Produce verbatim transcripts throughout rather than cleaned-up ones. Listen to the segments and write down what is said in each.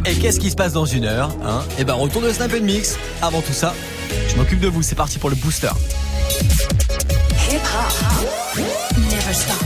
Et qu'est-ce qui se passe dans une heure hein Et ben retour de Snap and Mix. Avant tout ça, je m'occupe de vous, c'est parti pour le booster. Hip hop, never stop.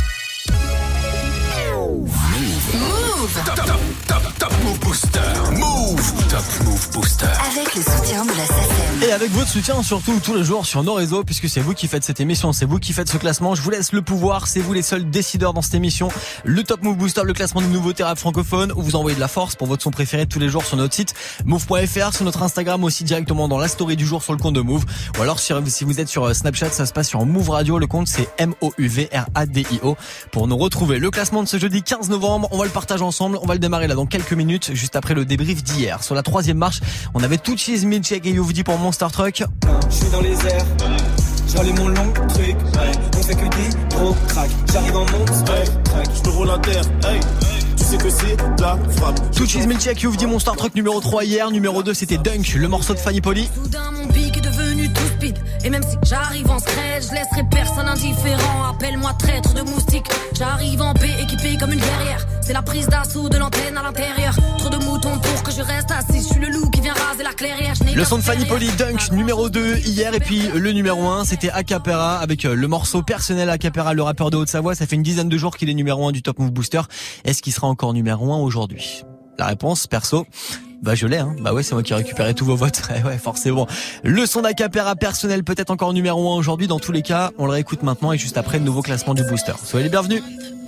Move. Top, top, top, top Move Booster. Move. Top Move Booster. Avec le soutien de la S A C E M. Et avec votre soutien surtout tous les jours sur nos réseaux, puisque c'est vous qui faites cette émission, c'est vous qui faites ce classement. Je vous laisse le pouvoir, c'est vous les seuls décideurs dans cette émission. Le Top Move Booster, le classement des nouveautés rap francophones, où vous envoyez de la force pour votre son préféré tous les jours sur notre site move point f r, sur notre Instagram aussi directement dans la story du jour sur le compte de Move. Ou alors si vous êtes sur Snapchat, ça se passe sur Move Radio, le compte c'est M O U V R A D I O pour nous retrouver. Le classement de ce jeudi quinze novembre, on va le partager ensemble, on va le démarrer là dans quelques minutes, juste après le débrief d'hier. Sur la troisième marche, on avait Tucci's, Milchek et Youvdi pour Monster Truck. Je suis dans les airs, j'allume mon long truc, on fait que des gros crack, j'arrive en monstre truck, je me roule à terre, hey. Tu sais que c'est la frappe. Tucci's, Milchek, Youvdi, Monster Truck numéro trois hier, numéro deux c'était Dunk, le morceau de Fanny Polly. Soudain mon pic est devenu tout speed, et même si j'arrive en scred, je laisserai personne indifférent. Appelle-moi traître de moustique, j'arrive en paix équipé comme une guerrière. C'est la prise d'assaut de l'antenne à l'intérieur. Trop de moutons pour que je reste assis. Je suis le loup qui vient raser la clairière. Le son de Fanny Polly, Dunk numéro deux hier, et puis le numéro un c'était Acapera avec le morceau personnel Acapera, le rappeur de Haute-Savoie. Ça fait une dizaine de jours qu'il est numéro un du Top Move Booster. Est-ce qu'il sera encore numéro un aujourd'hui? La réponse, perso, bah je l'ai, hein. Bah ouais, c'est moi qui ai récupéré tous vos votes. Ouais, forcément. Le son d'Acapera personnel peut-être encore numéro un aujourd'hui. Dans tous les cas, on le réécoute maintenant et juste après le nouveau classement du Booster. Soyez les bienvenus.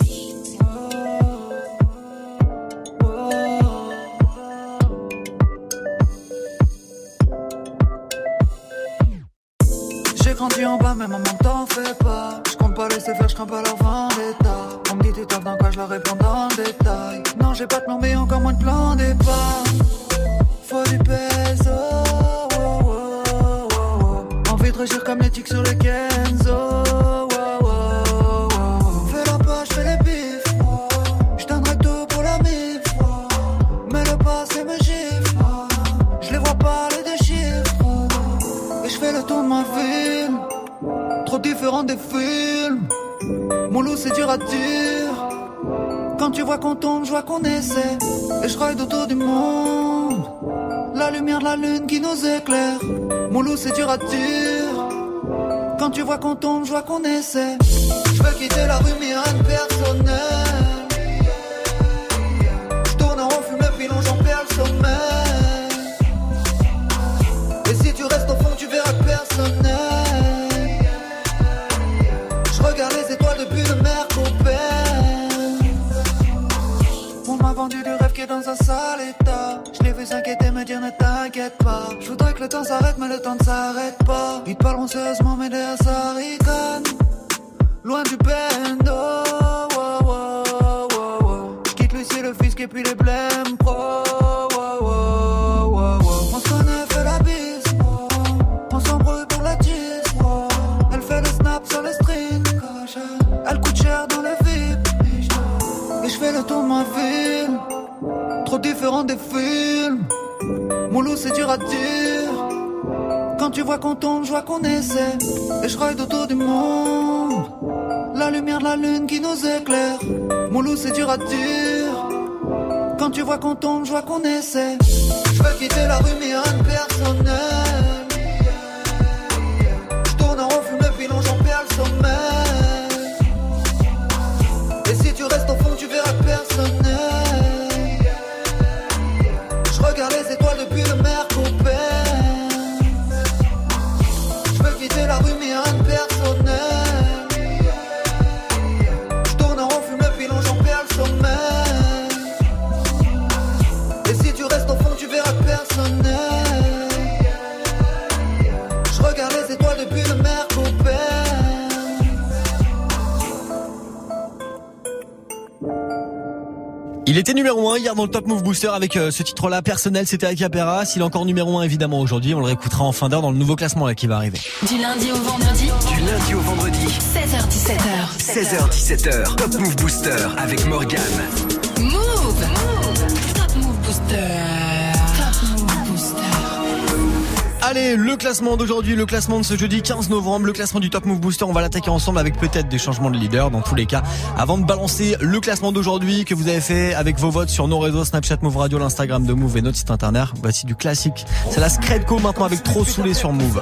J'ai grandi en bas, mais maman t'en fais pas. Je compte pas laisser faire, je crains pas leur vendetta. On me dit tu taffes dans quoi, je leur réponds dans le détail. Non, j'ai pas de plan, mais encore moins de plan départ. Faut du peso, oh, oh, oh, oh. Envie de réussir comme les tics sur le Kenzo, oh, oh, oh, oh. Fais la poche, fais les bifs. Je donnerai tout pour la mif. Mais le passé me gifle. Je les vois pas les deux chiffres. Et je fais le tour de ma ville. Trop différent des films. Mon loup c'est dur à dire. Quand tu vois qu'on tombe, je vois qu'on essaie. Et je ride autour du monde. La lumière de la lune qui nous éclaire. Mon loup c'est dur à dire. Quand tu vois qu'on tombe, je vois qu'on essaie. Je veux quitter la rue mais rien de personnel. Je tourne en rond, fume le pilon, j'en perds le sommeil. Et si tu restes au fond, tu verras que personnel. Je regarde les étoiles depuis le Mercopène. On m'a vendu du rêve qui est dans un sale état. Je l'ai vu s'inquiéter, me dire ne t'inquiète pas. Je voudrais que le temps s'arrête, mais le temps ne s'arrête pas. Ils te parleront sérieusement, mais derrière ça ricane. Loin du bendo, oh, oh, oh, oh. Je quitte Lucie, le fisc et puis les blèmes pro, oh, oh, oh, oh. On se connaît, fait la bise, oh. On s'embrouille pour la tisse, oh. Elle fait le snap sur le string. Elle coûte cher dans le V I P. Et je fais le tour de ma ville. Trop différent des films. Mon loup c'est dur à dire. Quand tu vois qu'on tombe, je vois qu'on essaie. Et je ride autour du monde. La lumière de la lune qui nous éclaire. Mon loup c'est dur à dire. Quand tu vois qu'on tombe, je vois qu'on essaie. Je veux quitter la rue mais rien de personnel. Je tourne en rond, fume le pilon, j'en perds le sommeil. Et si tu restes au fond, tu verras que personnel. Je regarde les étoiles depuis le Mercopène. Je veux quitter la rue mais rien de personnel. Je tourne en rond, fume le pilon, j'en perds le sommeil. Et si tu restes au fond, tu verras que personnel. Je regarde les étoiles depuis le Mercopène. Il était numéro un hier dans le Top Move Booster avec euh, ce titre-là personnel, c'était Acapera. S'il est encore numéro un évidemment aujourd'hui, on le réécoutera en fin d'heure dans le nouveau classement là qui va arriver. Du lundi au vendredi. Du lundi au vendredi. seize heures dix-sept heures. seize heures dix-sept heures. Top Move Booster avec Morgane. Move. Move. Top Move Booster. Top Move Booster. Allez, le classement d'aujourd'hui, le classement de ce jeudi quinze novembre, le classement du Top Move Booster, on va l'attaquer ensemble avec peut-être des changements de leader dans tous les cas. Avant de balancer le classement d'aujourd'hui que vous avez fait avec vos votes sur nos réseaux, Snapchat, Move Radio, l'Instagram de Move et notre site internet, voici du classique. C'est la Scredco maintenant avec Trop Saoulé sur Move.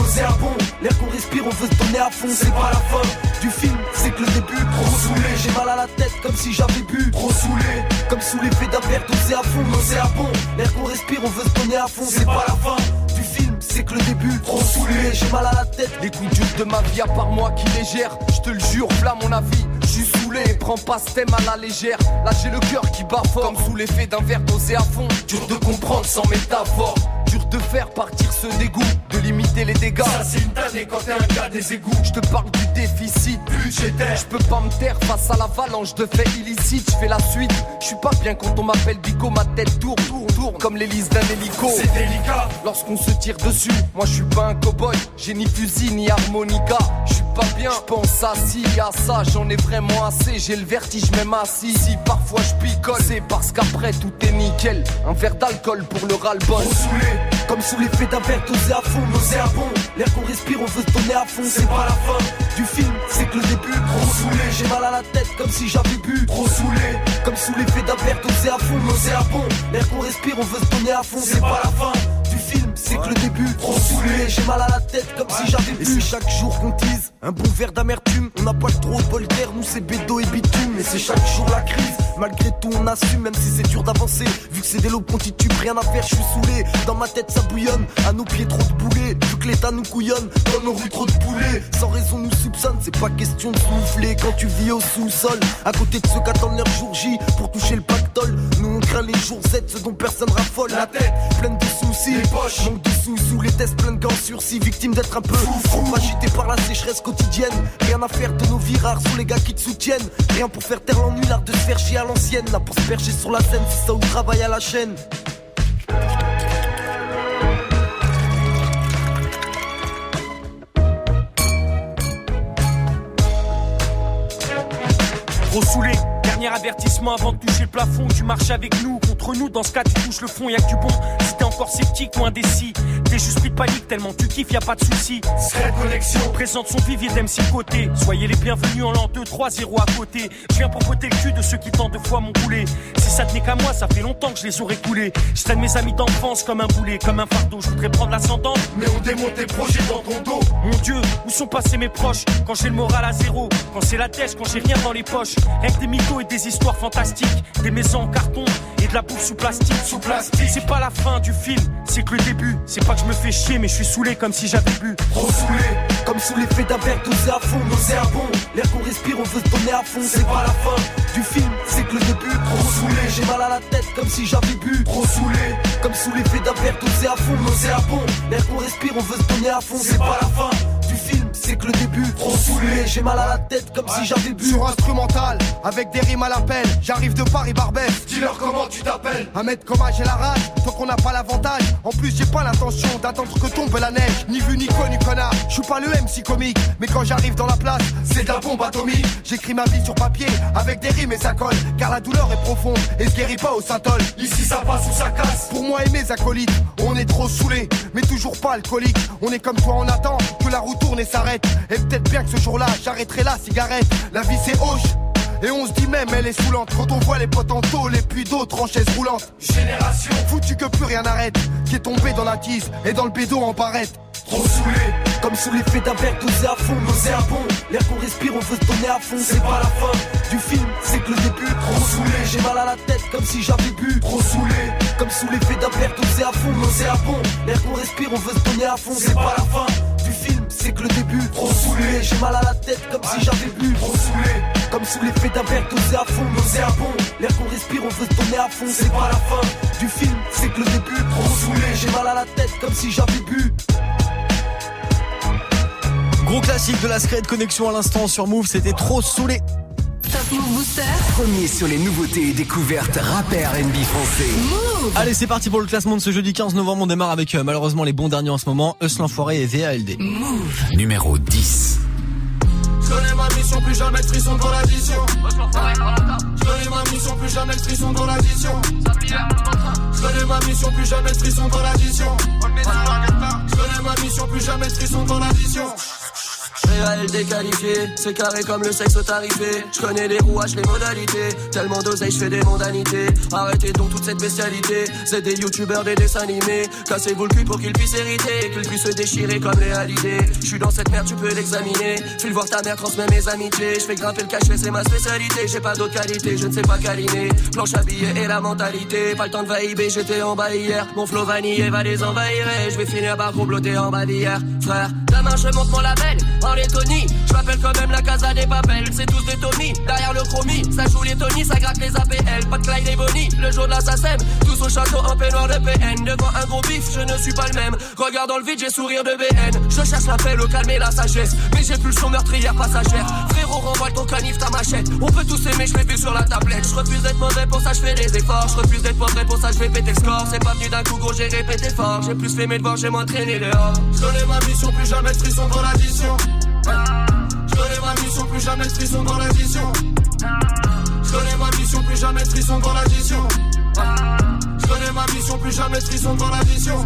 L'air qu'on respire, on veut se donner à fond, c'est pas la fin du film, c'est que le début. Trop saoulé, j'ai mal à la tête comme si j'avais bu. Trop saoulé, comme sous l'effet d'un verre dosé à fond, nauséabond. L'air qu'on respire, on veut se donner à fond, c'est pas la fin du film, c'est que le début. Trop saoulé, j'ai mal à la tête. Les coups durs de ma vie, à part moi qui les gère, je te le jure, v'là mon avis. Je suis saoulé, prends pas ce thème à la légère. Là j'ai le cœur qui bat fort, comme sous l'effet d'un verre dosé à fond. Dur de comprendre sans métaphore, dur de faire partir ce dégoût, de limiter les dégâts. Ça c'est une tannée quand t'es un gars des égouts. Je te parle du déficit budgétaire. Je peux pas me taire face à l'avalanche de faits illicites. Je fais la suite, je suis pas bien quand on m'appelle Bico. Ma tête tourne, tourne, tourne comme l'hélice d'un hélico. C'est délicat lorsqu'on se tire dessus. Moi je suis pas un cow-boy, j'ai ni fusil ni harmonica. Je suis pas bien, je pense à ci, à ça. J'en ai vraiment assez, j'ai le vertige même assis. Si parfois je picole, c'est parce qu'après tout est nickel. Un verre d'alcool pour le ras-le-bol. Comme sous l'effet d'un verre dosé à fond, nauséabond. L'air qu'on respire, on veut se donner à fond, c'est pas la fin du film, c'est que le début. Trop saoulé, j'ai mal à la tête comme si j'avais bu. Trop saoulé, comme sous l'effet d'un verre dosé à fond, nauséabond. L'air qu'on respire, on veut se donner à fond, c'est pas la fin du film, c'est que le début. Trop saoulé, j'ai mal à la tête comme si j'avais bu. Et c'est chaque jour qu'on tease un bon verre d'amertume. On n'a pas le trop de bol d'air, nous c'est bédo et bitume. Et c'est chaque jour la crise, malgré tout on assume. Même si c'est dur d'avancer, vu que c'est des lobes qu'on titube. Rien à faire, je suis saoulé, dans ma tête ça bouillonne. À nos pieds trop de boulets, vu que l'état nous couillonne. Dans nos rues trop de poulets, sans raison nous soupçonne. C'est pas question de souffler quand tu vis au sous-sol. À côté de ceux qui attendent leur jour J pour toucher le pactole. Nous on craint les jours Z, ceux dont personne raffole. La tête pleine de soucis, les poches manque de sous, sous les tests pleins de gants sursis. Victime d'être un peu trop agité par la sécheresse quotidienne. Rien à faire de nos vies rares, sous les gars qui te soutiennent. Rien pour faire taire l'ennui, l'art de se faire chier à l'ancienne. Là pour se percher sur la scène, c'est ça où travaille à la chaîne. Trop saoulé, dernier avertissement avant de toucher le plafond. Tu marches avec nous, contre nous, dans ce cas tu touches le fond, y'a que du bon. Si t'es encore sceptique ou indécis, t'es juste pris de panique tellement tu kiffes, y'a pas de soucis. Scred Connexion présente son vivier d'M C côté. Soyez les bienvenus en l'an deux trois zéro à côté. Je viens pour poter le cul de ceux qui tant de fois m'ont roulé. Si ça tenait qu'à moi, ça fait longtemps que je les aurais coulés. Je traîne mes amis d'enfance comme un boulet, comme un fardeau. Je voudrais prendre l'ascendant, mais on démonte tes projets dans ton dos. Mon Dieu, où sont passés mes proches quand j'ai le moral à zéro, quand c'est la dèche, quand j'ai rien dans les poches. Rien que des mythos et des histoires fantastiques, des maisons en carton et de la bouffe sous plastique. Sous plastique. C'est pas la fin du film, c'est que le début. C'est pas que je me fais chier, mais je suis saoulé comme si j'avais bu. Trop saoulé, comme sous l'effet d'un verre dosé à fond, nauséabond. L'air qu'on respire, on veut se donner à fond, c'est pas la fin du film, c'est que le début. Trop saoulé, j'ai mal à la tête comme si j'avais bu. Trop saoulé, comme sous l'effet d'un verre dosé à fond, nauséabond. L'air qu'on respire, on veut se donner à fond, c'est pas la fin du film, c'est que le début. Trop saoulé, j'ai mal à la tête comme si j'avais bu. Sur instrumental, avec des rimes à l'appel, j'arrive de Paris Barbès. Dis-leur comment tu t'appelles. Un mètre comme j'ai la rage, tant qu'on n'a pas l'avantage. En plus j'ai pas l'intention d'attendre que tombe la neige. Ni vu ni connu connard, je suis pas le M C comique. Mais quand j'arrive dans la place, c'est de la bombe atomique. J'écris ma vie sur papier, avec des rimes et ça colle. Car la douleur est profonde, et se guérit pas au Saint-Ol. Ici ça passe ou ça casse. Pour moi et mes acolytes, on est trop saoulés, mais toujours pas alcoolique. On est comme toi, on attend que la roue tourne et s'arrête. Et peut-être bien que ce jour-là, j'arrêterai la cigarette. La vie c'est hoche, et on se dit même elle est saoulante. Quand on voit les potes en tôle et puis d'autres en chaise roulante. Génération foutu que plus rien n'arrête, qui est tombé dans la tise et dans le bédo en barrette. Trop saoulé, comme sous l'effet d'un verre dosé à fond, nauséabond. L'air qu'on respire, on veut se donner à fond, c'est pas la fin du film, c'est que le début. Trop saoulé, j'ai mal à la tête comme si j'avais bu. Trop saoulé, comme sous l'effet d'un verre dosé à fond, nauséabond. L'air qu'on respire, on veut se donner à fond, c'est pas la fin du film, c'est que le début. Trop saoulé, j'ai mal à la tête comme si j'avais bu. Trop saoulé, comme sous l'effet d'un verre dosé à fond, nauséabond. L'air qu'on respire, on veut se donner à fond, c'est pas la fin du film, c'est que le début. Trop saoulé, j'ai mal à la tête comme si j'avais bu. Gros classique de la Scred Connexion à l'instant sur Move, c'était Trop Saoulé. Top Move Booster. Premier sur les nouveautés et découvertes rappeurs R and B français. Move. Allez, c'est parti pour le classement de ce jeudi quinze novembre. On démarre avec euh, malheureusement les bons derniers en ce moment, Eus l'Enfoiré et V A L D. Move. Numéro dix. Je connais ma mission, plus jamais de frisson dans l'addition. Je connais ma mission, plus jamais de frisson dans l'addition. Je connais ma mission, plus jamais de frisson dans l'addition. Je plus jamais de frisson dans l'addition. Réel déqualifié, c'est carré comme le sexe tarifé. Je connais les rouages, les modalités. Tellement d'oseille, je fais des mondanités. Arrêtez donc toute cette bestialité. C'est des youtubeurs, des dessins animés. Cassez-vous le cul pour qu'ils puissent hériter, qu'ils puissent se déchirer comme les Hallyday. Je suis dans cette merde, tu peux l'examiner. File voir ta mère, transmets mes amitiés. Je fais grimper le cachet, c'est ma spécialité. J'ai pas d'autre qualité, je ne sais pas câliner. Planche à billets et la mentalité. Pas le temps de vaïber, j'étais en bas hier. Mon flow vanillé va les envahir. Je vais finir par gros blotter en bas d'hier. Frère, demain je monte mon label. En Lettonie, je m'appelle quand même la casa des papels. C'est tous des Tommy, derrière le chromie. Ça joue les Tony, ça gratte les A P L. Pas de Clyde et Bonnie, le jour de la S A C E M. Tous au château en peignoir de P N. Devant un gros bif, je ne suis pas le même. Regarde dans le vide, j'ai sourire de B N. Je cherche la paix, le calme et la sagesse. Mais j'ai plus le son meurtrière passagère. Frérot, renvoie ton canif, ta machette. On peut tous aimer, je l'ai vu sur la tablette. Je refuse d'être mauvais, pour ça je fais des efforts. Je refuse d'être mauvais, pour ça je vais péter le score. C'est pas venu d'un coup, gros, j'ai répété fort. J'ai plus fait mes devoirs, j'ai m'entraîné dehors. Je connais ma mission, plus jamais de frisson dans l'addition. Je connais ma mission, plus jamais de frisson dans l'addition. Je connais ma mission, plus jamais de frisson dans l'addition. Je connais ma mission, plus jamais de frisson dans l'addition.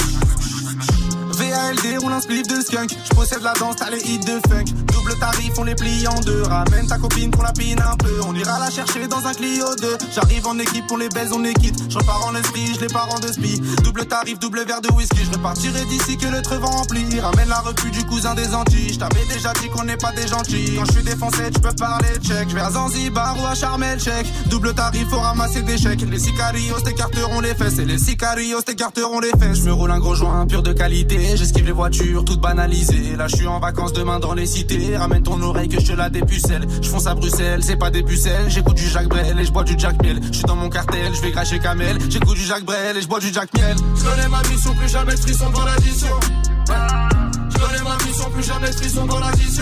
V A L D roule un spliff de skunk. Je possède la danse, t'as les hits de funk. Double tarif, on les plie en deux. Ramène ta copine qu'on la pine un peu. On ira la chercher dans un Clio deux. J'arrive en équipe, on les baise, on les quitte. Je repars en esprit, je les pars en deux spi. Double tarif, double verre de whisky. Je repartirai d'ici que le treu va remplir. Ramène la repu du cousin des Antilles. Je t'avais déjà dit qu'on n'est pas des gentils. Quand je suis défoncé, tu peux parler tchèque. Je vais à Zanzibar ou à Sharm el Sheikh. Double tarif, faut ramasser des chèques. Les sicarios t'écarteront les fesses. Et les sicarios t'écarteront les fesses. Je me roule un gros joint pur de qualité. J'esquive les voitures toutes banalisées. Là je suis en vacances demain dans les cités. Ramène ton oreille que je te la dépucelle. Je fonce à Bruxelles, c'est pas des pucelles. J'écoute du Jacques Brel et je bois du Jack Miel. Je suis dans mon cartel, je vais cracher Kamel. J'écoute du Jacques Brel et je bois du Jack Miel. Je connais ma mission, plus jamais de frisson dans l'addition. Je connais ma mission, plus jamais de frisson dans l'addition.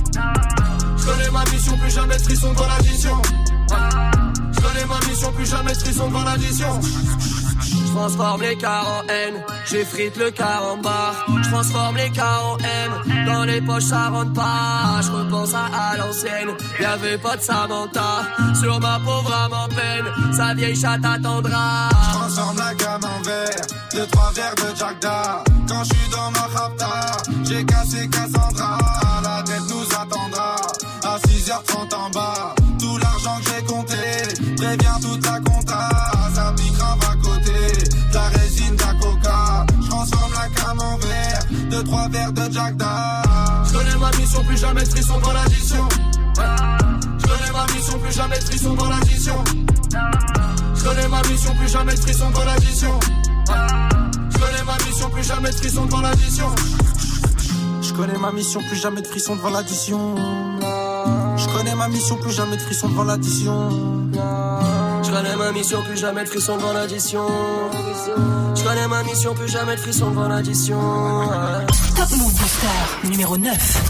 Je connais ma mission, plus jamais de frisson dans l'addition. Je connais ma mission, plus jamais de frisson dans l'addition. Je transforme les cars en haine, j'effrite le car en barre. Je transforme les cars en M, dans les poches ça rentre pas. Je repense à, à l'ancienne, y'avait pas de Samantha. Sur ma pauvre âme en peine, sa vieille chatte attendra. Je transforme la gamme en verre, deux trois verres de Jack Da. Quand je suis dans ma rapta, j'ai cassé Cassandra. La tête nous attendra, à six heures trente en bas. Tout l'argent que j'ai compté, préviens toute la compta. Ça pique grave à côté, de la résine, de la coca. Je transforme la gamme en verre, deux trois verres de Jack Da. Je connais ma mission, plus jamais de frisson dans l'addition. Je connais ma mission, plus jamais de frisson dans l'addition. Je connais ma mission, plus jamais de frisson dans l'addition. Je connais ma mission, plus jamais de frisson devant l'addition. Je connais ma mission, plus jamais de frisson devant l'addition. Je connais ma mission, plus jamais de frisson devant l'addition. Je connais ma mission, plus jamais de frisson devant l'addition. Je connais ma mission, plus jamais de frisson devant l'addition. Top Move Booster numéro neuf.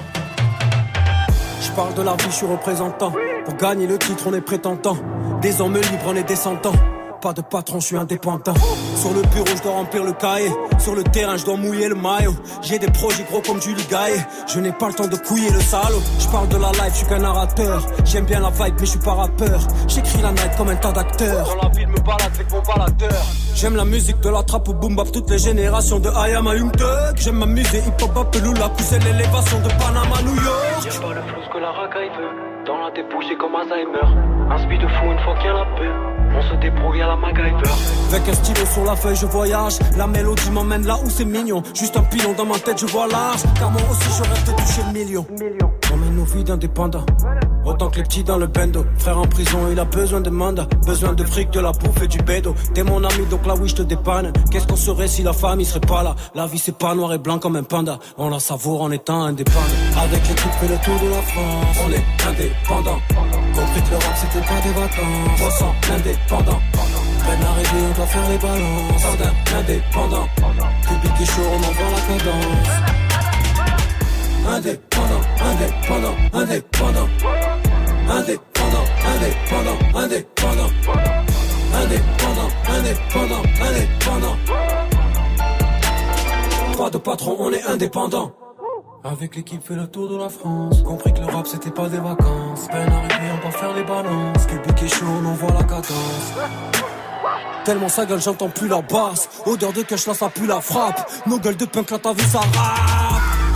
Je parle de la vie, je suis représentant. Pour gagner le titre, on est prétentant. Des hommes libres, on est descendants. Pas de patron, je suis indépendant. Sur le bureau, je dois remplir le cahier. Sur le terrain, je dois mouiller le maillot. J'ai des projets gros comme Julie Gaillet. Je n'ai pas le temps de couiller le salaud. Je parle de la life, je suis qu'un narrateur. J'aime bien la vibe, mais je suis pas rappeur. J'écris la night comme un tas d'acteurs. Dans la ville, me balade avec mon baladeur. J'aime la musique de la trappe au boom bap. Toutes les générations de I am a Young Thug. J'aime m'amuser, hip hop, Apelula. Pousser l'élévation de Panama, New York. Y'a pas le flou que la racaille veut. Dans la débouche, c'est comme Alzheimer. Un speed de fou une fois qu'il y a la paix. On se débrouille à la MacGyver. Avec un stylo sur la feuille, je voyage. La mélodie m'emmène là où c'est mignon. Juste un pilon dans ma tête, je vois large. Car moi aussi, je rêve de toucher le million. On mène nos vies d'indépendants. Autant que les petits dans le bendo. Frère en prison, il a besoin de mandat. Besoin de fric, de la bouffe et du bédo. T'es mon ami, donc là oui, je te dépanne. Qu'est-ce qu'on serait si la famille serait pas là? La vie, c'est pas noir et blanc comme un panda. On la savoure en étant indépendant. Avec l'équipe, fait le tour de la France. On est indépendant. Compris que l'Europe, c'était pas des vacances. On sent l'indépendant. Peine arrivée, on doit faire les balances. Sardin, indépendant. Public et chaud, on envoie la cadence. Indépendant, indépendant, indépendant. Indépendant, indépendant, indépendant. Indépendant, indépendant, indépendant. Pas de patron, on est indépendant. Avec l'équipe fait le tour de la France. Compris que le rap c'était pas des vacances. Peine arrivée, on va faire les balances. Public et chaud, on envoie la cadence. Tellement sa gueule, j'entends plus la basse. Odeur de cash, là ça pue la frappe. Nos gueules de punk, là t'as vu ça rap.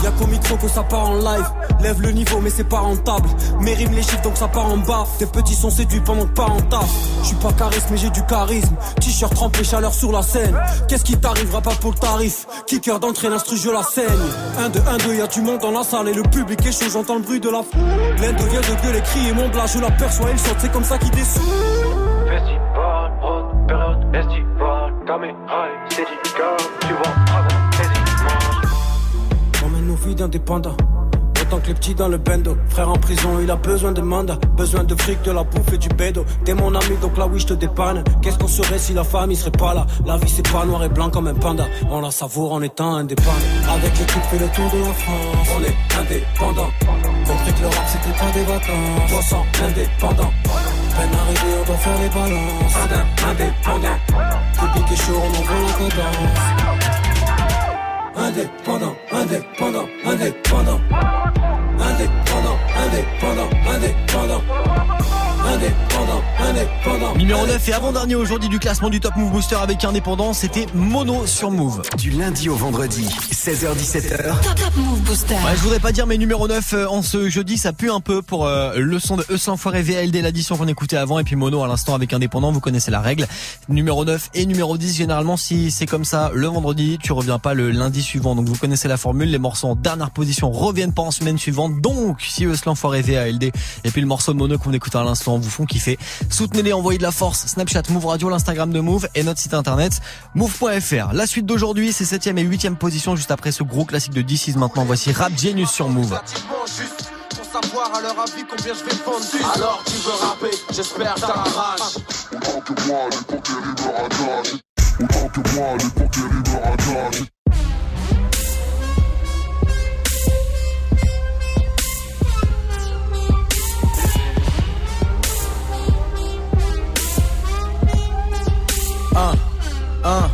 Y'a qu'au micro que ça part en live. Lève le niveau mais c'est pas rentable. Mes rimes les chiffres donc ça part en bas. Tes petits sont séduits pendant que pas en taf. J'suis pas charisme mais j'ai du charisme. T-shirt trempé, chaleur sur la scène. Qu'est-ce qui t'arrivera pas pour le tarif? Kicker d'entrée, l'instru je la saigne. un, deux, un, deux, y'a du monde dans la salle. Et le public est chaud, j'entends le bruit de la foule. L'Inde vient de gueuler, crier mon blas. Je l'aperçois, il saute, c'est comme ça qu'il descend. Festival, haute période estivale. Caméra et Steadicam, tu vois, dragon, vas-y, mange. Emmène nos vies d'indépendants. Autant que les petits dans le bendo. Frère en prison, il a besoin de mandat. Besoin de fric, de la bouffe et du bédo. T'es mon ami, donc là oui je te dépanne. Qu'est-ce qu'on serait si la famille serait pas là? La vie c'est pas noir et blanc comme un panda. On la savoure en étant indépendant. Avec l'équipe fait le tour de la France. On est indépendant. Compris que le rap c'était pas des vacances. trois cents indépendants. Peine arrivée, on doit faire les balances. Indépendant. Public est chaud, on envoie la cadence. Indépendant, indépendant, indépendant. Indépendant, indépendant, indépendant. Indépendant, indépendant. Numéro neuf et avant-dernier aujourd'hui du classement du Top Move Booster avec Indépendant, c'était Mono sur Move. Du lundi au vendredi, seize heures dix-sept heures. Top, Top Move Booster. Ouais, je voudrais pas dire mais numéro neuf euh, en ce jeudi, ça pue un peu pour euh, le son de Eus l'Enfoiré V A L D, l'addition qu'on écoutait avant, et puis Mono à l'instant avec Indépendant, vous connaissez la règle. Numéro neuf et numéro dix, généralement si c'est comme ça le vendredi, tu reviens pas le lundi suivant. Donc vous connaissez la formule, les morceaux en dernière position reviennent pas en semaine suivante. Donc si Eus l'Enfoiré V A L D et puis le morceau de Mono qu'on écoute à l'instant vous font kiffer, soutenez-les, envoyez de la force. Snapchat Move Radio, l'Instagram de Move et notre site internet move point f r. La suite d'aujourd'hui, c'est septième et huitième position juste après ce gros classique de D six. Maintenant voici Rap Genius sur Move. Juste pour savoir à leur avis combien je vais vendre. Alors tu veux rapper, j'espère t'as la rage. Autant que moi, l'époque est river à gage. Autant que moi, l'époque est river à gage. Un, un,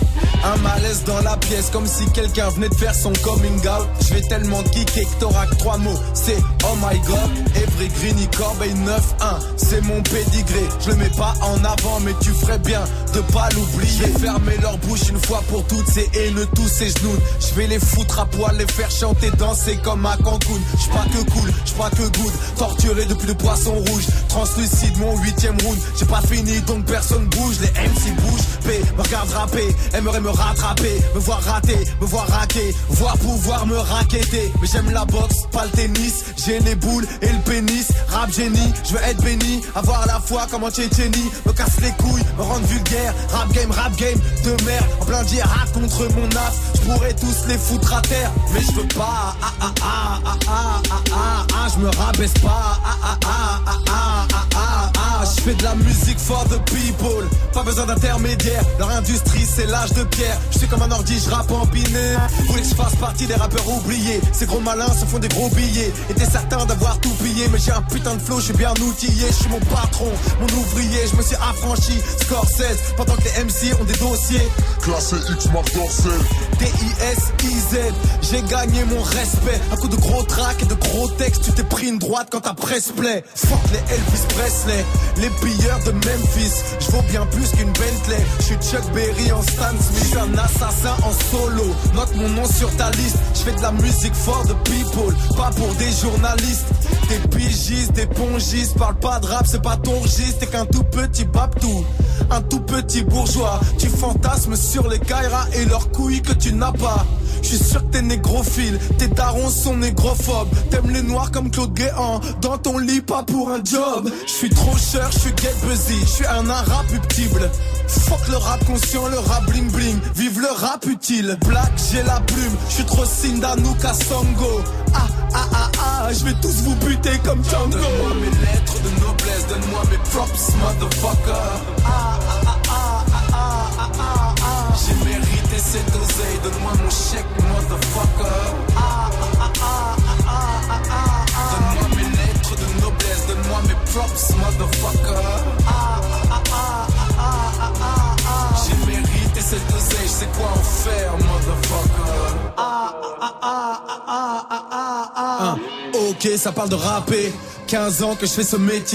un malaise dans la pièce, comme si quelqu'un venait de faire son coming out. Je vais tellement kicker que t'auras que trois mots. C'est oh my god, Every Greeny Corbeil neuf un. C'est mon pédigré, je le mets pas en avant, mais tu ferais bien de pas l'oublier. Je vais fermer leur bouche une fois pour toutes, ces haineux, tous ces genoux. Je vais les foutre à poil, les faire chanter, danser comme à Cancun. J'suis pas que cool, j'suis pas que good, torturé depuis le poisson rouge. Translucide, mon huitième round. J'ai pas fini donc personne bouge, les M C bougent. P, me regarde rapper, aimerait me rattraper, me voir rater, me voir raquer, voir pouvoir me raqueter. Mais j'aime la boxe, pas le tennis, j'ai les boules et le pénis. Rap génie, je veux être béni, avoir la foi comme en Tchétchénie. Me casse les couilles, me rendre vulgaire, rap game, rap game de merde. En plein djihad contre mon as, je pourrais tous les foutre à terre. Mais je veux pas, ah ah ah ah ah ah ah ah, je me rabaisse pas, ah ah ah ah ah ah ah ah. Je fais de la musique for the people, pas besoin d'intermédiaire. Leur industrie c'est l'âge de pierre. Je suis comme un ordi, je rappe en binaire. Vous voulez que je fasse partie des rappeurs oubliés? Ces gros malins se font des gros billets. Et t'es certain d'avoir tout pillé, mais j'ai un putain de flow, je suis bien outillé. Je suis mon patron, mon ouvrier, je me suis affranchi. Score seize, pendant que les M C ont des dossiers. Classé X Marc Dorcel. D I S I Z, j'ai gagné mon respect. Un coup de gros track et de gros textes. Tu t'es pris une droite quand ta presse plaît. Fuck les Elvis Presley, les pilleurs de Memphis. Je vaux bien plus qu'une Bentley. Je suis Chuck Berry en Stan Smith. Je suis un assassin en solo. Note mon nom sur ta liste. Je fais de la musique for the people, pas pour des journalistes. Des pigistes, des pongistes. Parle pas de rap, c'est pas ton registre. T'es qu'un tout petit babtou, un tout petit bourgeois. Tu fantasmes sur les Kaira et leurs couilles que tu n'as pas. Je suis sûr que t'es négrophile, tes darons sont négrophobes. T'aimes les noirs comme Claude Guéant, dans ton lit pas pour un job. Je suis trop cher, je suis get busy, je suis un irrapuptible. Fuck le rap conscient, le rap bling bling, vive le rap utile. Black, j'ai la plume, je suis trop Sindanouka Songo. Ah ah ah ah, je vais tous vous buter comme Django. Donne-moi mes lettres de noblesse, donne-moi mes props, motherfucker. Ah ah ah ah ah ah ah ah. J'ai mérité cette oseille, donne-moi mon chèque, motherfucker. Ah ah ah ah ah ah ah ah. Donne-moi mes lettres de noblesse, donne-moi mes props, motherfucker. Ah ah ah ah ah ah ah ah. J'ai mérité cette oseille, je sais quoi en faire, motherfucker. Ah ah ah ah ah ah ah ah. Ok, ça parle de rapper. quinze ans que je fais ce métier.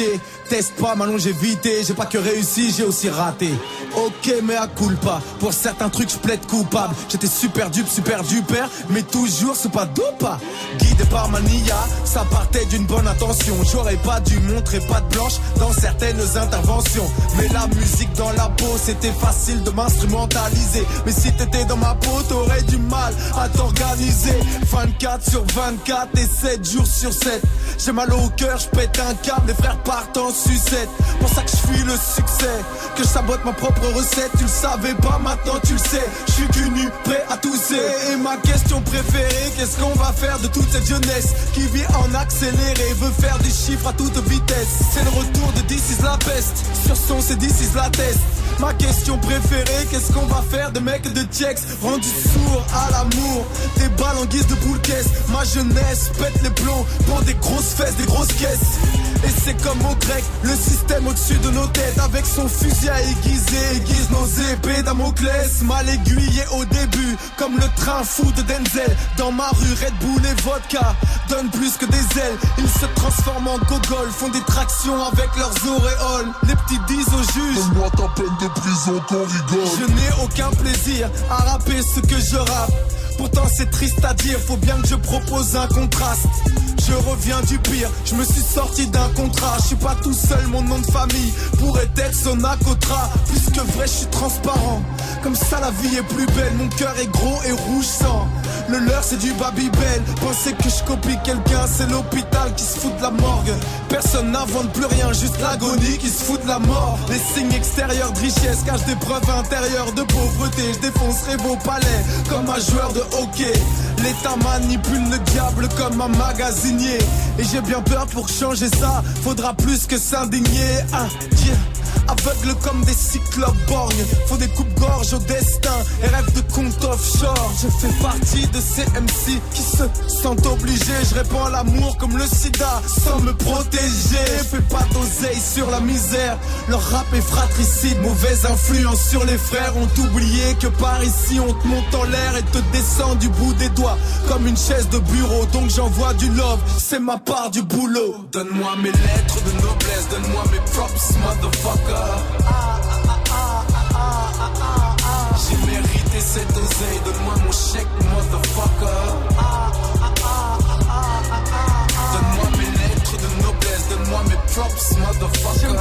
teste pas, ma longévité. J'ai pas que réussi, j'ai aussi raté. Ok, mais à culpa. Pour certains trucs, je plaide coupable. J'étais super dupe, super duper, mais toujours c'est pas dopa. Guidé par ma nia, ça partait d'une bonne intention. J'aurais pas dû montrer pas de blanche dans certaines interventions. Mais la musique dans la peau, c'était facile de m'instrumentaliser. Mais si t'étais dans ma peau, t'aurais du mal à t'organiser. vingt-quatre sur vingt-quatre et sept jours sur sept. J'ai mal au cœur, je pète un câble, les frères partent en sucette. Pour ça que je fuis le succès, que je sabote ma propre recette. Tu le savais pas, maintenant tu le sais. Je suis cul nu, prêt à tousser. Et ma question préférée, qu'est-ce qu'on va faire de toute cette jeunesse qui vit en accéléré, veut faire des chiffres à toute vitesse. C'est le retour de This is la peste. Sur son c'est This is la test. Ma question préférée, qu'est-ce qu'on va faire de mecs de Tiex rendus sourds à l'amour, des balles en guise de boule caisse. Ma jeunesse pète les plombs pour des grosses fesses, des grosses caisses. Et c'est comme au grec, le système au-dessus de nos têtes. Avec son fusil à aiguiser, aiguise nos épées Damoclès. Mal aiguillé au début, comme le train fou de Denzel. Dans ma rue, Red Bull et vodka donnent plus que des ailes. Ils se transforment en gogol, font des tractions avec leurs auréoles. Les petits disent au juge, donne-moi ta peine de prison qu'on rigole. Je n'ai aucun plaisir à rapper ce que je rappe. Pourtant c'est triste à dire, faut bien que je propose un contraste. Je reviens du pire, je me suis sorti d'un contrat. Je suis pas tout seul, mon nom de famille pourrait être Sonacotra. Plus que vrai, je suis transparent. Comme ça la vie est plus belle, mon cœur est gros et rouge sang. Le leur c'est du Babybel. Penser que je copie quelqu'un, c'est l'hôpital qui se fout de la morgue. Personne n'invente plus rien, juste l'agonie qui se fout de la mort. Les signes extérieurs de richesse cachent des preuves intérieures de pauvreté. Je défoncerai vos palais comme un joueur de hockey. L'État manipule le diable comme un magasinier. Et j'ai bien peur pour changer ça, faudra plus que s'indigner. Ah, yeah. Aveugles comme des cyclopes borgnes, font des coupes-gorges au destin et rêvent de compte offshore. Je fais partie de ces M C qui se sentent obligés. Je répands l'amour comme le sida sans me protéger. Fais pas d'oseille sur la misère, leur rap est fratricide. Mauvaise influence sur les frères, ont oublié que par ici on te monte en l'air et te descend du bout des doigts comme une chaise de bureau. Donc j'envoie du love, c'est ma part du boulot. Donne-moi mes lettres de noblesse, donne-moi mes props, motherfucker. J'ai mérité cette oseille, donne-moi mon chèque, motherfucker. Donne-moi mes lettres de noblesse, donne-moi mes props, motherfucker.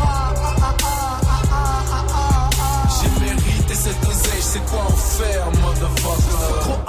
J'ai mérité cette oseille, je sais quoi en faire, motherfucker.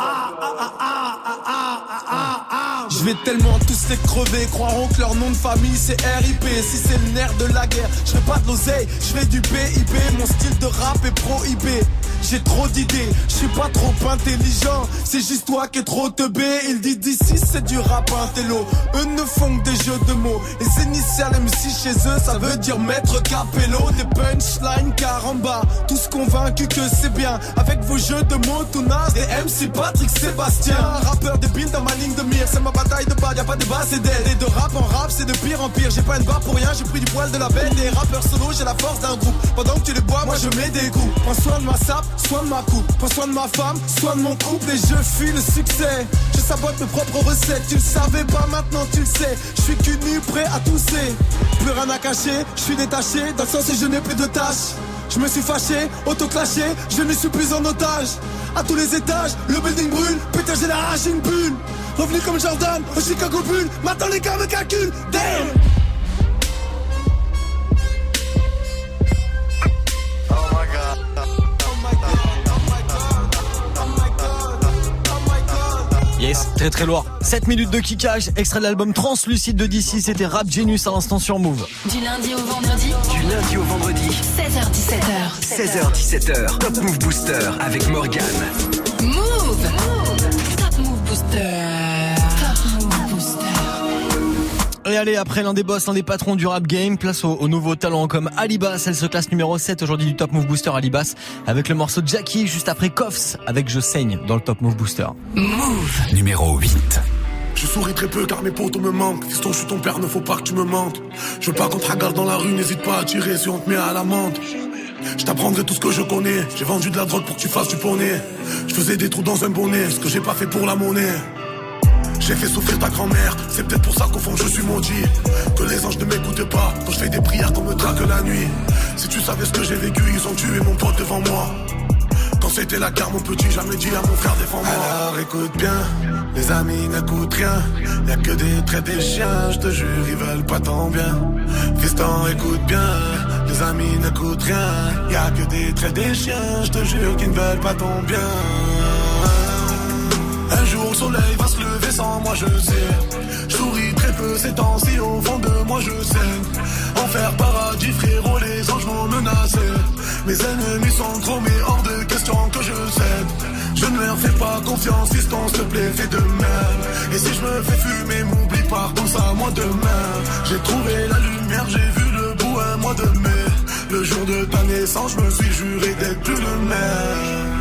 Je vais tellement tous les crever, croiront que leur nom de famille c'est R I P. Si c'est le nerf de la guerre, je fais pas de l'oseille, je fais du P I B. Mon style de rap est prohibé. J'ai trop d'idées, je suis pas trop intelligent. C'est juste toi qui es trop teubé. Ils disent d'ici c'est du rap intello. Eux ne font que des jeux de mots. Les initiales M C chez eux ça veut dire maître Capello. Des punchlines caramba, tous convaincus que c'est bien. Avec vos jeux de mots tout naze. Des M C Patrick Sébastien. Un rappeur débile dans ma ligne de mire. C'est ma bataille de bas, y'a pas de bas c'est dead. Et de rap en rap c'est de pire en pire. J'ai pas une barre pour rien, j'ai pris du poil de la bête. Les rappeurs solo j'ai la force d'un groupe. Pendant que tu les bois moi je mets des coups. Prends soin de ma sape, soin de ma coupe, prends soin de ma femme, soin de mon couple et je fuis le succès. Je sabote mes propres recettes, tu le savais pas maintenant tu le sais. Je suis cul nu prêt à tousser, plus rien à cacher, je suis détaché dans le sens où je n'ai plus de tâches. Je me suis fâché, auto-clashé, je ne suis plus en otage. À tous les étages, le building brûle, putain j'ai la rage une bulle. Revenu comme Jordan, au Chicago Bull, maintenant les gars me calculent, damn. Yes, très très lourd. sept minutes de kickage, extrait de l'album Translucide de D C, c'était Rap Genius à l'instant sur Move. Du lundi au vendredi. Du lundi au vendredi. seize heures dix-sept heures. seize heures dix-sept heures. Top Move Booster avec Morgane. Move. Move. Top Move Booster. Top Move Booster. Et allez, après l'un des boss, l'un des patrons du rap game, place aux, aux nouveaux talents comme Alibas. Elle se classe numéro sept aujourd'hui du Top Move Booster. Alibas avec le morceau Jackie, juste après Koffs avec Je saigne dans le Top Move Booster. Move numéro huit. Je souris très peu car mes potos me manquent. Fiston, je suis ton père, ne faut pas que tu me mentes. Je veux pas qu'on te regarde dans la rue, n'hésite pas à tirer si on te met à l'amende. Je t'apprendrai tout ce que je connais. J'ai vendu de la drogue pour que tu fasses du poney. Je faisais des trous dans un bonnet, ce que j'ai pas fait pour la monnaie. J'ai fait souffrir ta grand-mère, c'est peut-être pour ça qu'au fond je suis maudit. Que les anges ne m'écoutent pas quand je fais des prières qu'on me drague la nuit. Si tu savais ce que j'ai vécu, ils ont tué mon pote devant moi. Quand c'était la guerre, mon petit, jamais dit à mon frère défends-moi. Alors écoute bien, les amis n'écoutent rien. Y'a que des traits des chiens, je te jure, ils veulent pas ton bien. Fiston, écoute bien, les amis n'écoutent rien. Y'a que des traits des chiens, je te jure, qu'ils ne veulent pas ton bien. Un jour le soleil va se lever sans moi je sais. Je souris très peu ces temps-ci, au fond de moi je saigne. Enfer, paradis, frérot, les anges m'ont menacé. Mes ennemis sont trop, mais hors de question que je cède. Je ne leur fais pas confiance, fiston, s'il te plaît, fais de même. Et si je me fais fumer, m'oublie pas, pense à moi demain. J'ai trouvé la lumière, j'ai vu le bout un mois de mai. Le jour de ta naissance, je me suis juré d'être plus le même.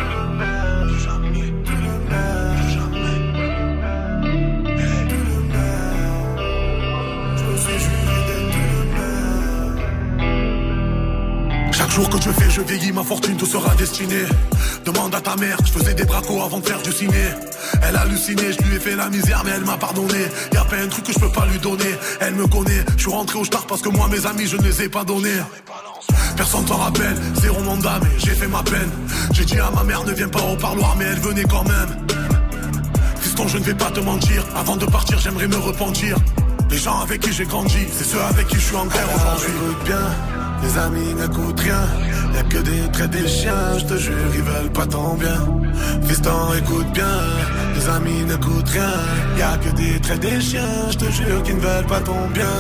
Chaque jour que je fais, je vieillis, ma fortune te sera destinée. Demande à ta mère, je faisais des bracos avant de faire du ciné. Elle a halluciné, je lui ai fait la misère, mais elle m'a pardonné. Y'a plein de trucs que je peux pas lui donner. Elle me connaît, je suis rentré au star parce que moi, mes amis, je ne les ai pas donnés. Personne t'en rappelle, zéro mandat, mais j'ai fait ma peine. J'ai dit à ma mère, ne viens pas au parloir, mais elle venait quand même. Fiston, je ne vais pas te mentir, avant de partir, j'aimerais me repentir. Les gens avec qui j'ai grandi, c'est ceux avec qui je suis en guerre aujourd'hui. Écoute bien, les amis n'écoutent rien. Y'a que des traits des chiens, je te jure, ils veulent pas ton bien. Fiston, écoute bien, les amis n'écoutent rien. Y'a que des traits des chiens, je te jure, qu'ils ne veulent pas ton bien.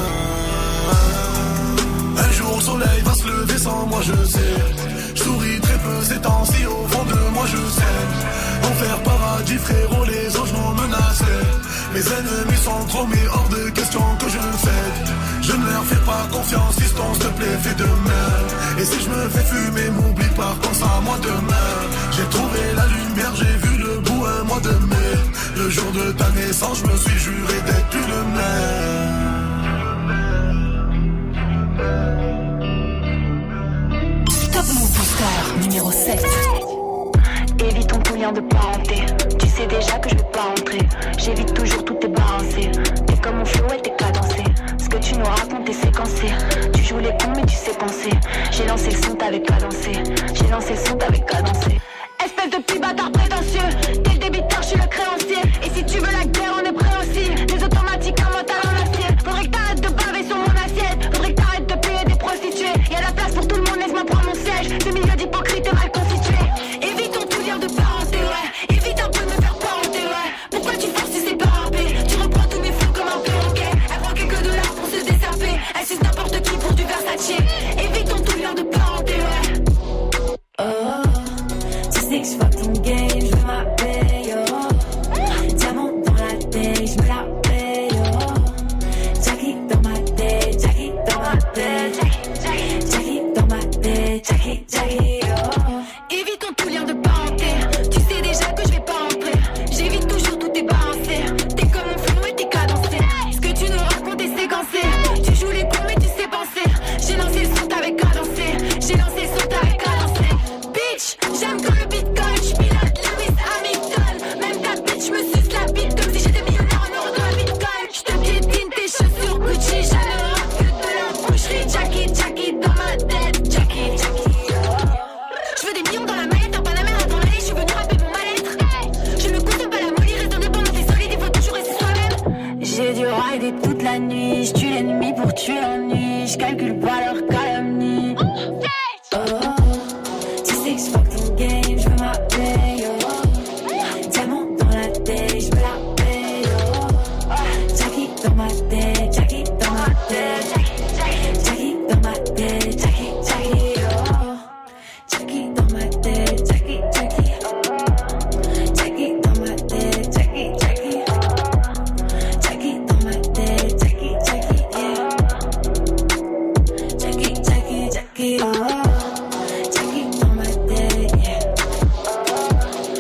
Un jour le soleil va se lever sans moi je sais. Je souris très peu ces temps-ci, au fond de moi je sais. Enfer, paradis, frérot, les anges m'ont menacé. Mes ennemis sont trop, mais hors de question que je cède. Je ne leur fais pas confiance, fiston, s'il te plaît, fais de même. Et si je me fais fumer, m'oublie pas, pense à moi demain. J'ai trouvé la lumière, j'ai vu le bout un mois de mai. Le jour de ta naissance, je me suis juré d'être plus le même. Top Move Booster numéro sept. Évitons tout lien de parenté. Tu sais déjà que je vais pas rentrer. J'évite toujours tout tes balancés. T'es comme mon flow et t'es cadencé. Ce que tu nous racontes est séquencé. Tu joues les cons mais tu sais penser. J'ai lancé le son, t'avais cadencé. J'ai lancé le son, t'avais cadencé. Espèce de petit bâtard prétentieux. T'es le débiteur, je suis le créancier. Et si tu veux la guerre, on est prêt aussi. Les automatiques, un mental en acier. Faudrait que t'arrêtes de baver sur mon assiette. Faudrait que t'arrêtes de payer des prostituées. Y'a la place pour tout le monde, laisse-moi prendre mon siège. Ce milieu d'hypocrite est mal constitué. Évitons tout lien de parenté, ouais. Évite un peu de me faire parenté, ouais. Pourquoi tu forces si c'est pas râpé? Tu reprends tous mes flous comme un perroquet. Elle prend quelques dollars pour se dessaper. Elle suce n'importe qui pour du Versace. Évitons tout lien de parenté, ouais. Oh, six fucking games, je veux ma paye, oh. Diamant dans la tête, je me la paye, oh. Jackie dans ma tête, Jackie dans ma tête. Jackie dans ma tête, Jackie, Jackie, oh. Évitons tout lien de parenté. Tu sais déjà que je vais pas rentrer. J'évite toujours tout tes balancés. T'es comme mon flow et t'es cadencé. Ce que tu nous racontes est séquencé. Tu joues les cons mais tu sais penser. J'ai lancé le son, t'avais cadencé. J'ai lancé le son, t'avais cadencé. Bitch, j'aime quand le bitcoin. J'pilote Lewis Hamilton. Même ta bitch, j'me suce la bite comme si j'étais millionnaire en euros de la bitcoin. J'te piétine tes chaussures Gucci. J'en rap que de la boucherie. Jackie, Jackie dans ma tête. Jackie, Jackie. Je veux des millions dans la mallette, un panamère avant l'aller, je suis venu rapper mon mal-être. Je ne consomme pas la molly, reste indépendant, t'es solide, il faut toujours rester soi-même. J'ai dû rider toute la nuit, je tue l'ennemi pour tuer l'ennui, je calcule pas leur calomnie. Oh, six fucking games, je veux ma paye, oh. Diamant dans la tête, je me la paye, oh. Jackie dans ma tête, Jackie dans ma tête. Jackie dans ma tête, Jackie, Jackie, oh. Jackie dans ma tête, Jackie, Jackie, oh. Jackie dans ma tête, Jackie, Jackie, oh. Jackie dans ma tête, Jackie, Jackie, yeah. Jackie, Jackie, Jackie, oh. Jackie dans ma tête, yeah.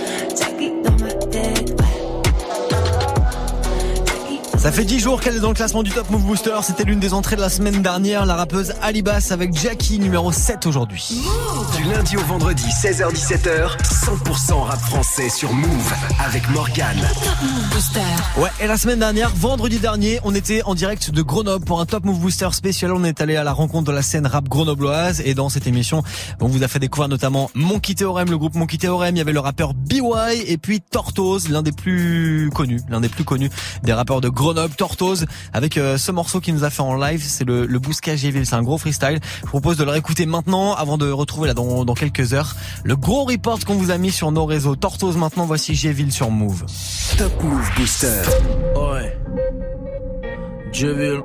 fait dix jours qu'elle est dans le classement du Top Move Booster. C'était l'une des entrées de la semaine dernière. La rappeuse Alibas avec Jackie, numéro sept aujourd'hui. Du lundi au vendredi, seize heures dix-sept heures, cent pour cent rap français sur Move avec Morgane. Top Move Booster. Ouais, et la semaine dernière, vendredi dernier, on était en direct de Grenoble pour un Top Move Booster spécial. On est allé à la rencontre de la scène rap grenobloise. Et dans cette émission, on vous a fait découvrir notamment Monkey Theorem, le groupe Monkey Theorem. Il y avait le rappeur B Y et puis Tortoise, l'un des plus connus, l'un des plus connus des rappeurs de Grenoble, Tortoise, avec euh, ce morceau qu'il nous a fait en live. C'est le, le Bousca Géville. C'est un gros freestyle. Je vous propose de le réécouter maintenant avant de retrouver là dans, dans quelques heures le gros report qu'on vous a mis sur nos réseaux. Tortoise maintenant, voici Géville sur Move. Top Move Booster. Ouais. Géville.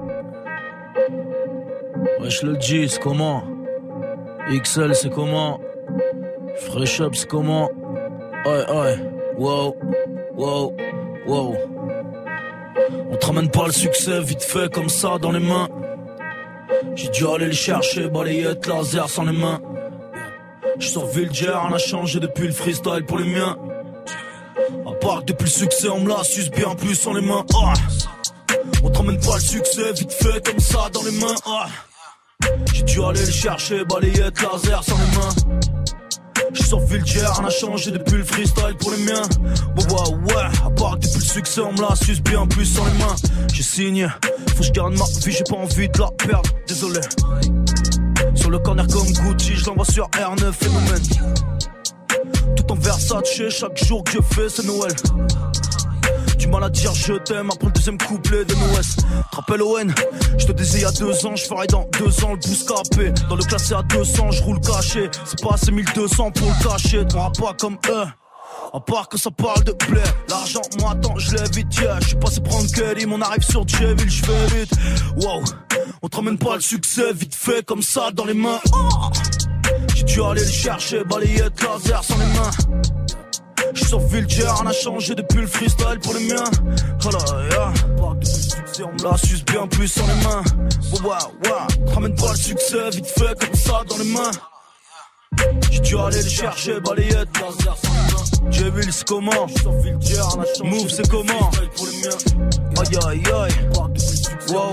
Wesh le G, c'est comment? X L, c'est comment? Fresh Up, c'est comment? Ouais, ouais. Wow, wow, wow. On te ramène pas le succès vite fait comme ça dans les mains. J'ai dû aller le chercher, balayette laser sans les mains. J'suis sur Vilger, on a changé depuis le freestyle pour les miens. À part que depuis le succès, on me la suce bien plus sans les mains. Oh. On te ramène pas le succès vite fait comme ça dans les mains. Oh. J'ai dû aller le chercher, balayette laser sans les mains. J'suis sur Vilger, on a changé depuis le freestyle pour les miens. Bon ouais, ouais, à part que depuis le succès, on me la suce bien plus sans les mains. J'ai signé, faut que je garde ma vie, j'ai pas envie de la perdre, désolé. Sur le corner comme Gucci, je l'envoie sur R neuf, phénomène. Tout en Versace, chaque jour que je fais c'est Noël. Du mal à dire je t'aime après le deuxième couplet de Noël. Te rappelles O N, je te disais il y a deux ans, je ferai dans deux ans le pouce capé. Dans le classé à deux cents, je roule caché. C'est pas assez mille deux cents pour le cacher, t'auras pas comme eux. À part que ça parle de blé, l'argent moi attends je l'ai vite, yeah. Je suis passé prendre Kelly, on arrive sur Jeville, je fais vite. Wow, on te ramène pas le succès vite fait comme ça dans les mains. Oh. J'ai dû aller le chercher, balayette laser sans les mains. J'suis sur Vilger, on a changé depuis le freestyle pour les miens. Voilà, yeah. Pas de succès, on me la suce bien plus sans les mains. Oh, ouais, ouais, te ramène pas le succès vite fait comme ça dans les mains. J'ai dû aller le chercher, balayette laser sans les mains. Géville c'est comment? Move c'est comment? Aïe aïe aïe. Wow.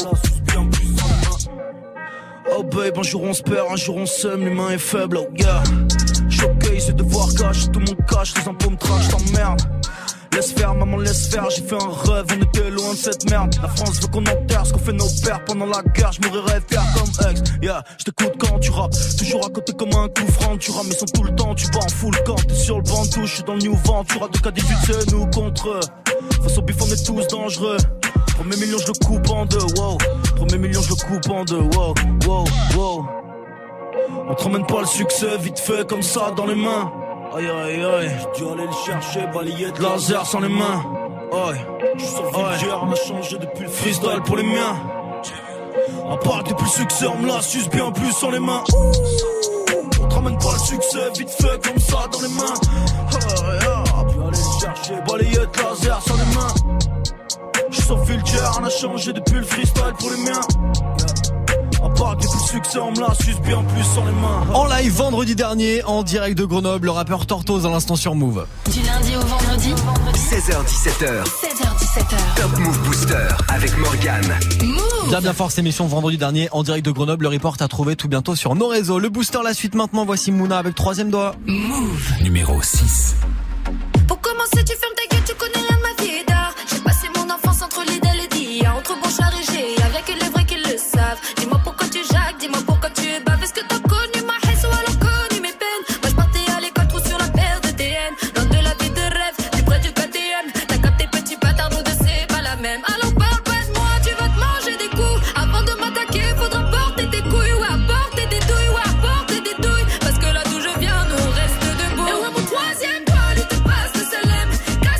Oh babe, un jour on se perd, un jour on s'aime, l'humain est faible, oh yeah. Choqué, c'est devoir cacher tout mon cash, les impôts me trachent, t'emmerde. Laisse faire, maman laisse faire, j'ai fait un rêve, on était loin de cette merde. La France veut qu'on enterre ce qu'on fait nos pères pendant la guerre, je mourirais fier comme ex. Yeah, je t'écoute quand tu rappes, toujours à côté comme un coup franc. Tu rames, ils sont tout le temps, tu vas en full camp. T'es sur le banc de touche, je suis dans le New Ventura, deux K dix-huit c'est nous contre eux. Face au bif on est tous dangereux. Premier million je le coupe en deux, wow. Premier million je le coupe en deux, wow, wow, wow. On te ramène pas le succès vite fait comme ça dans les mains. Aïe aïe aïe, j'ai dû aller le chercher, balayette laser sans les mains. Aïe, je suis sur Vilger, on a changé depuis le freestyle pour les miens. À part que depuis le succès, on me la suce bien plus sans les mains. On te ramène pas le succès vite fait comme ça dans les mains. Aïe aïe, j'ai dû aller le chercher, balayette laser sans les mains. Je suis sur Vilger, on a changé depuis le freestyle pour les miens. À part que depuis le succès, on me la suce bien plus sans les mains. En live vendredi dernier, en direct de Grenoble, le rappeur Tortoise à l'instant sur Move. Du lundi au vendredi, seize heures dix-sept heures. seize heures dix-sept heures. Top Move Booster avec Morgane. Move. Bien bien fort cette émission vendredi dernier en direct de Grenoble. Le report à trouver tout bientôt sur nos réseaux. Le booster, la suite maintenant. Voici Mouna avec troisième doigt. Move. Numéro six. Pour commencer, tu fermes ta gueule, tu connais rien de ma vie d'art. J'ai passé mon enfance entre l'idéal et l'I A, entre Bonchard et G. Y'a que les vrais qui le savent. Dis-moi pourquoi tu jacques, dis-moi pourquoi tu es bave. Est-ce que t'as connu ma haine ou alors connu mes peines? Moi je partais à l'école, trop sur la paire de T N. Loin de la vie de rêve, plus près du K T M. T'as capté petit bâtard, nous deux c'est pas la même. Alors parle pas de moi, tu vas te manger des coups. Avant de m'attaquer, faudra porter tes couilles. Ou apporter des douilles, ou apporter des douilles. Parce que là d'où je viens, nous on reste debout. Et ouais, mon troisième doigt, lui te passe le salem.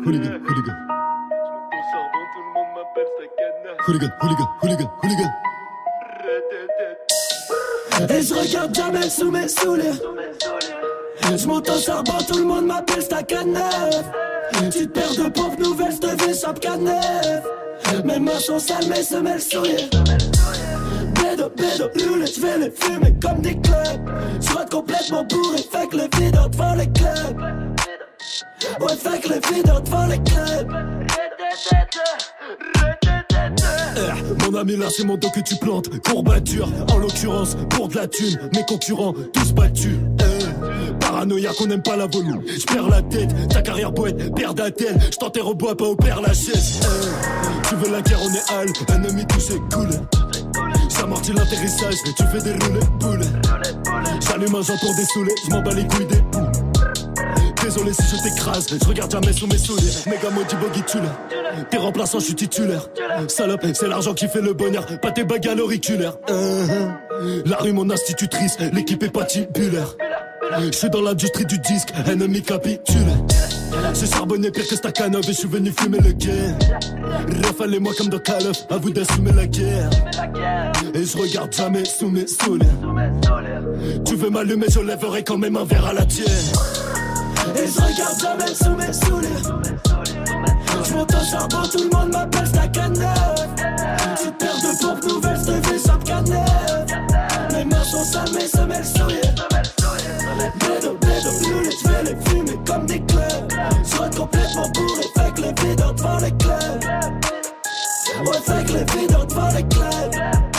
hooligan, hooligan. Hooligan, hooligan, hooligan, hooligan. Et je regarde jamais sous mes souliers. Je monte au charbon, tout le monde m'appelle Stack à neuf. Tu te perds de pauvres nouvelles, je te fais chape qu'à neuf. Mes mains sont sales, mes semelles souillées. Bédo, bédo, loulé, je vais les fumer comme des clubs. Je rate complètement bourré, fait que les videurs devant les clubs. Ouais, fait que les videurs devant les clubs. Eh, mon ami, là c'est mon dos que tu plantes. Courbature, en l'occurrence, pour de la thune. Mes concurrents, tous battus. Eh, paranoïa qu'on aime pas la volume. J'perds la tête, ta carrière poète, père d'Athènes. J't'enterre au bois, pas au père Lachaise. Eh, tu veux la guerre, on est hal. Ennemi touché, cool. J'amortis l'atterrissage, tu fais des roulés boules. J'allume un genre pour dessouler, j'm'en bats les couilles des poules. Désolé si je t'écrase, je regarde jamais sous mes souliers. Méga maudit boggy tule. T'es remplaçant, je suis titulaire. Salope, c'est l'argent qui fait le bonheur, pas tes bagues à l'auriculaire. Uh-huh. La rue mon institutrice, l'équipe est patibulaire. Je suis dans l'industrie du disque, ennemi capitule. J'ai charbonné pire que Stakhanov et je suis venu fumer le game. Rafalez-moi comme dans Call of, à vous d'assumer la guerre. Et je regarde jamais sous mes souliers. Tu veux m'allumer, je lèverai quand même un verre à la tienne. Et je regarde jamais sous mes souliers. Je monte au charbon, tout le monde m'appelle Stack à neuf. Tu te perds de pompes nouvelles, je te fais chape qu'à neuf. Mes mains sont sales, mes semelles souillées. Bédo, bédo, loulé, je vais les fumer comme des clubs. Je rate complètement bourré, fait que les videurs devant les clubs. Ouais, fait que les videurs devant les clubs.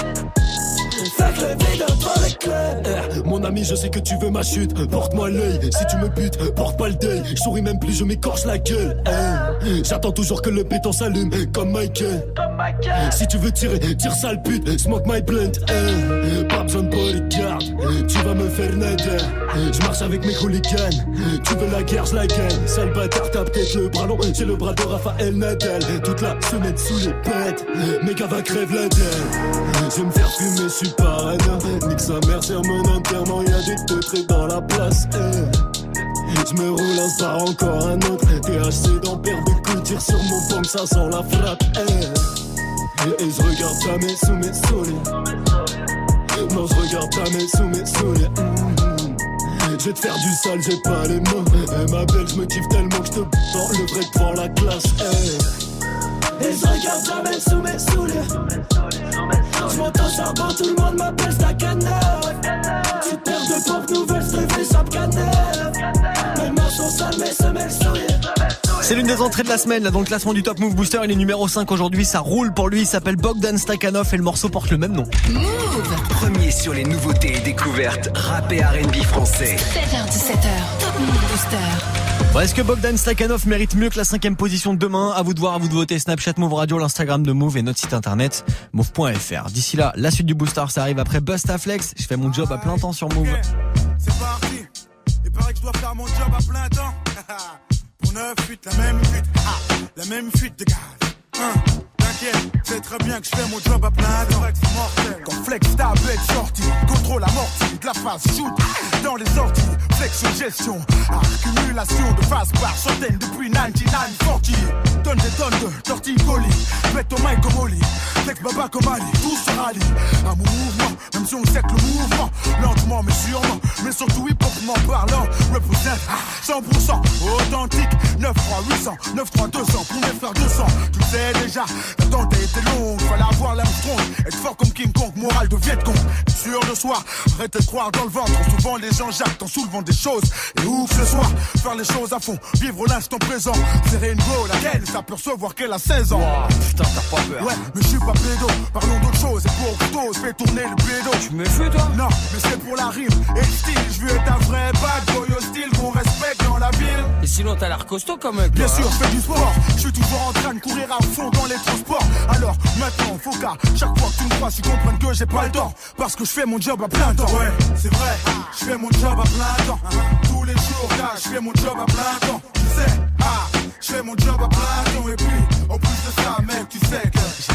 Fait que les videurs devant les clubs. Eh, mon ami, je sais que tu veux ma chute. Porte-moi l'œil, si tu me butes, porte pas le deuil. Je souris même plus, je m'écorche la gueule. Eh, j'attends toujours que le béton s'allume, comme Michael. Si tu veux tirer, tire sale pute, smoke my blunt. Eh, pas besoin de bodyguard, tu vas me faire nader. Je marche avec mes hooligans, tu veux la guerre, je la gagne. Sale bâtard, t'as peut-être le bras long, j'ai le bras de Raphaël Nadal. Toute la semaine sous les pètes, mes gars va crève la dalle. Je vais me faire fumer, je suis parano. Nique sa mère, sur mon enterrement, y'a des teutrés dans la place. Eh. Je me roule un star, encore un autre. T H C dans paire de coups, tire sur mon pomme, ça sent la frappe. Eh. Et, et je regarde jamais sous mes souliers. Non, je regarde jamais sous mes souliers. Mmh. Je vais te faire du sale, j'ai pas les mots. Eh, ma belle, je me kiffe tellement que je te dans le vrai devant la classe. Eh. Et je regarde jamais sous mes souliers. Je monte au charbon, tout le monde m'appelle Stack à neuf. Tu te perds de pompes nouvelles, je te fais chape qu'à neuf. Mes mains sont sales, mes semelles souillées. C'est l'une des entrées de la semaine là, dans le classement du Top Move Booster. Il est numéro cinq aujourd'hui, ça roule pour lui. Il s'appelle Bogdan Stakhanov et le morceau porte le même nom. Move, premier sur les nouveautés et découvertes rap et R and B français. sept heures dix-sept heures, Top Move Booster. Bon, est-ce que Bogdan Stakhanov mérite mieux que la cinquième position de demain? À vous de voir, à vous de voter. Snapchat Move Radio, l'Instagram de Move et notre site internet move point f r. D'ici là, la suite du Booster, ça arrive après Bustaflex. Je fais mon job à plein temps sur Move. C'est parti, il paraît que je dois faire mon job à plein temps. Pour neuf fuites, la même fuite, ah, la même fuite de gaz. Hein, t'inquiète, c'est très bien que je fais mon job à plein temps. Quand flex ta bête sortie, contrôle amorti, de la phase shoot dans les sorties, flex gestion, accumulation de phase par centaines depuis quatre-vingt-dix-neuf forty. Donne des tonnes de torticolis, mets ton mic comme Oli, flex baba comme Ali, tout se rallie à mon mouvement, même si on sait que le mouvement, lentement mais sûrement, mais surtout hip-hopement parlant, représente cent pour cent authentique, neuf trois huit cents, neuf trois deux cents, pour mes frères deux cents, tu sais déjà, l'attente a été longue, fallait avoir l'Armstrong, être fort comme King Kong, morale de Vietcong, sûr de soi, arrêtez de croire dans le ventre, souvent les gens jactent en soulevant des choses, et où que ce soit, faire les choses à fond, vivre l'instant présent, serrer une go, laquelle ça peut recevoir qu'elle a seize ans. Wow, putain, t'as pas peur. Ouais, mais je suis pas pédo, parlons d'autre chose, et pour couteau, je fais tourner le pédo. Tu me fais toi? Non, mais c'est pour la rime, et le style, je veux être un vrai bad boy au style qu'on respecte dans la ville. Et sinon t'as l'air costaud quand même. Bien sûr, je fais du sport, je suis toujours en train de courir à fond dans les transports. Alors maintenant, faut qu'à chaque fois que tu me crois, tu comprennes que j'ai pas le temps, parce que je fais mon job à plein temps. Ouais, c'est vrai, je fais mon job à plein temps. Tous les jours, là, je fais mon job à plein temps. Tu sais, ah, je fais mon job à plein temps. Et puis, en plus de ça, mec, tu sais que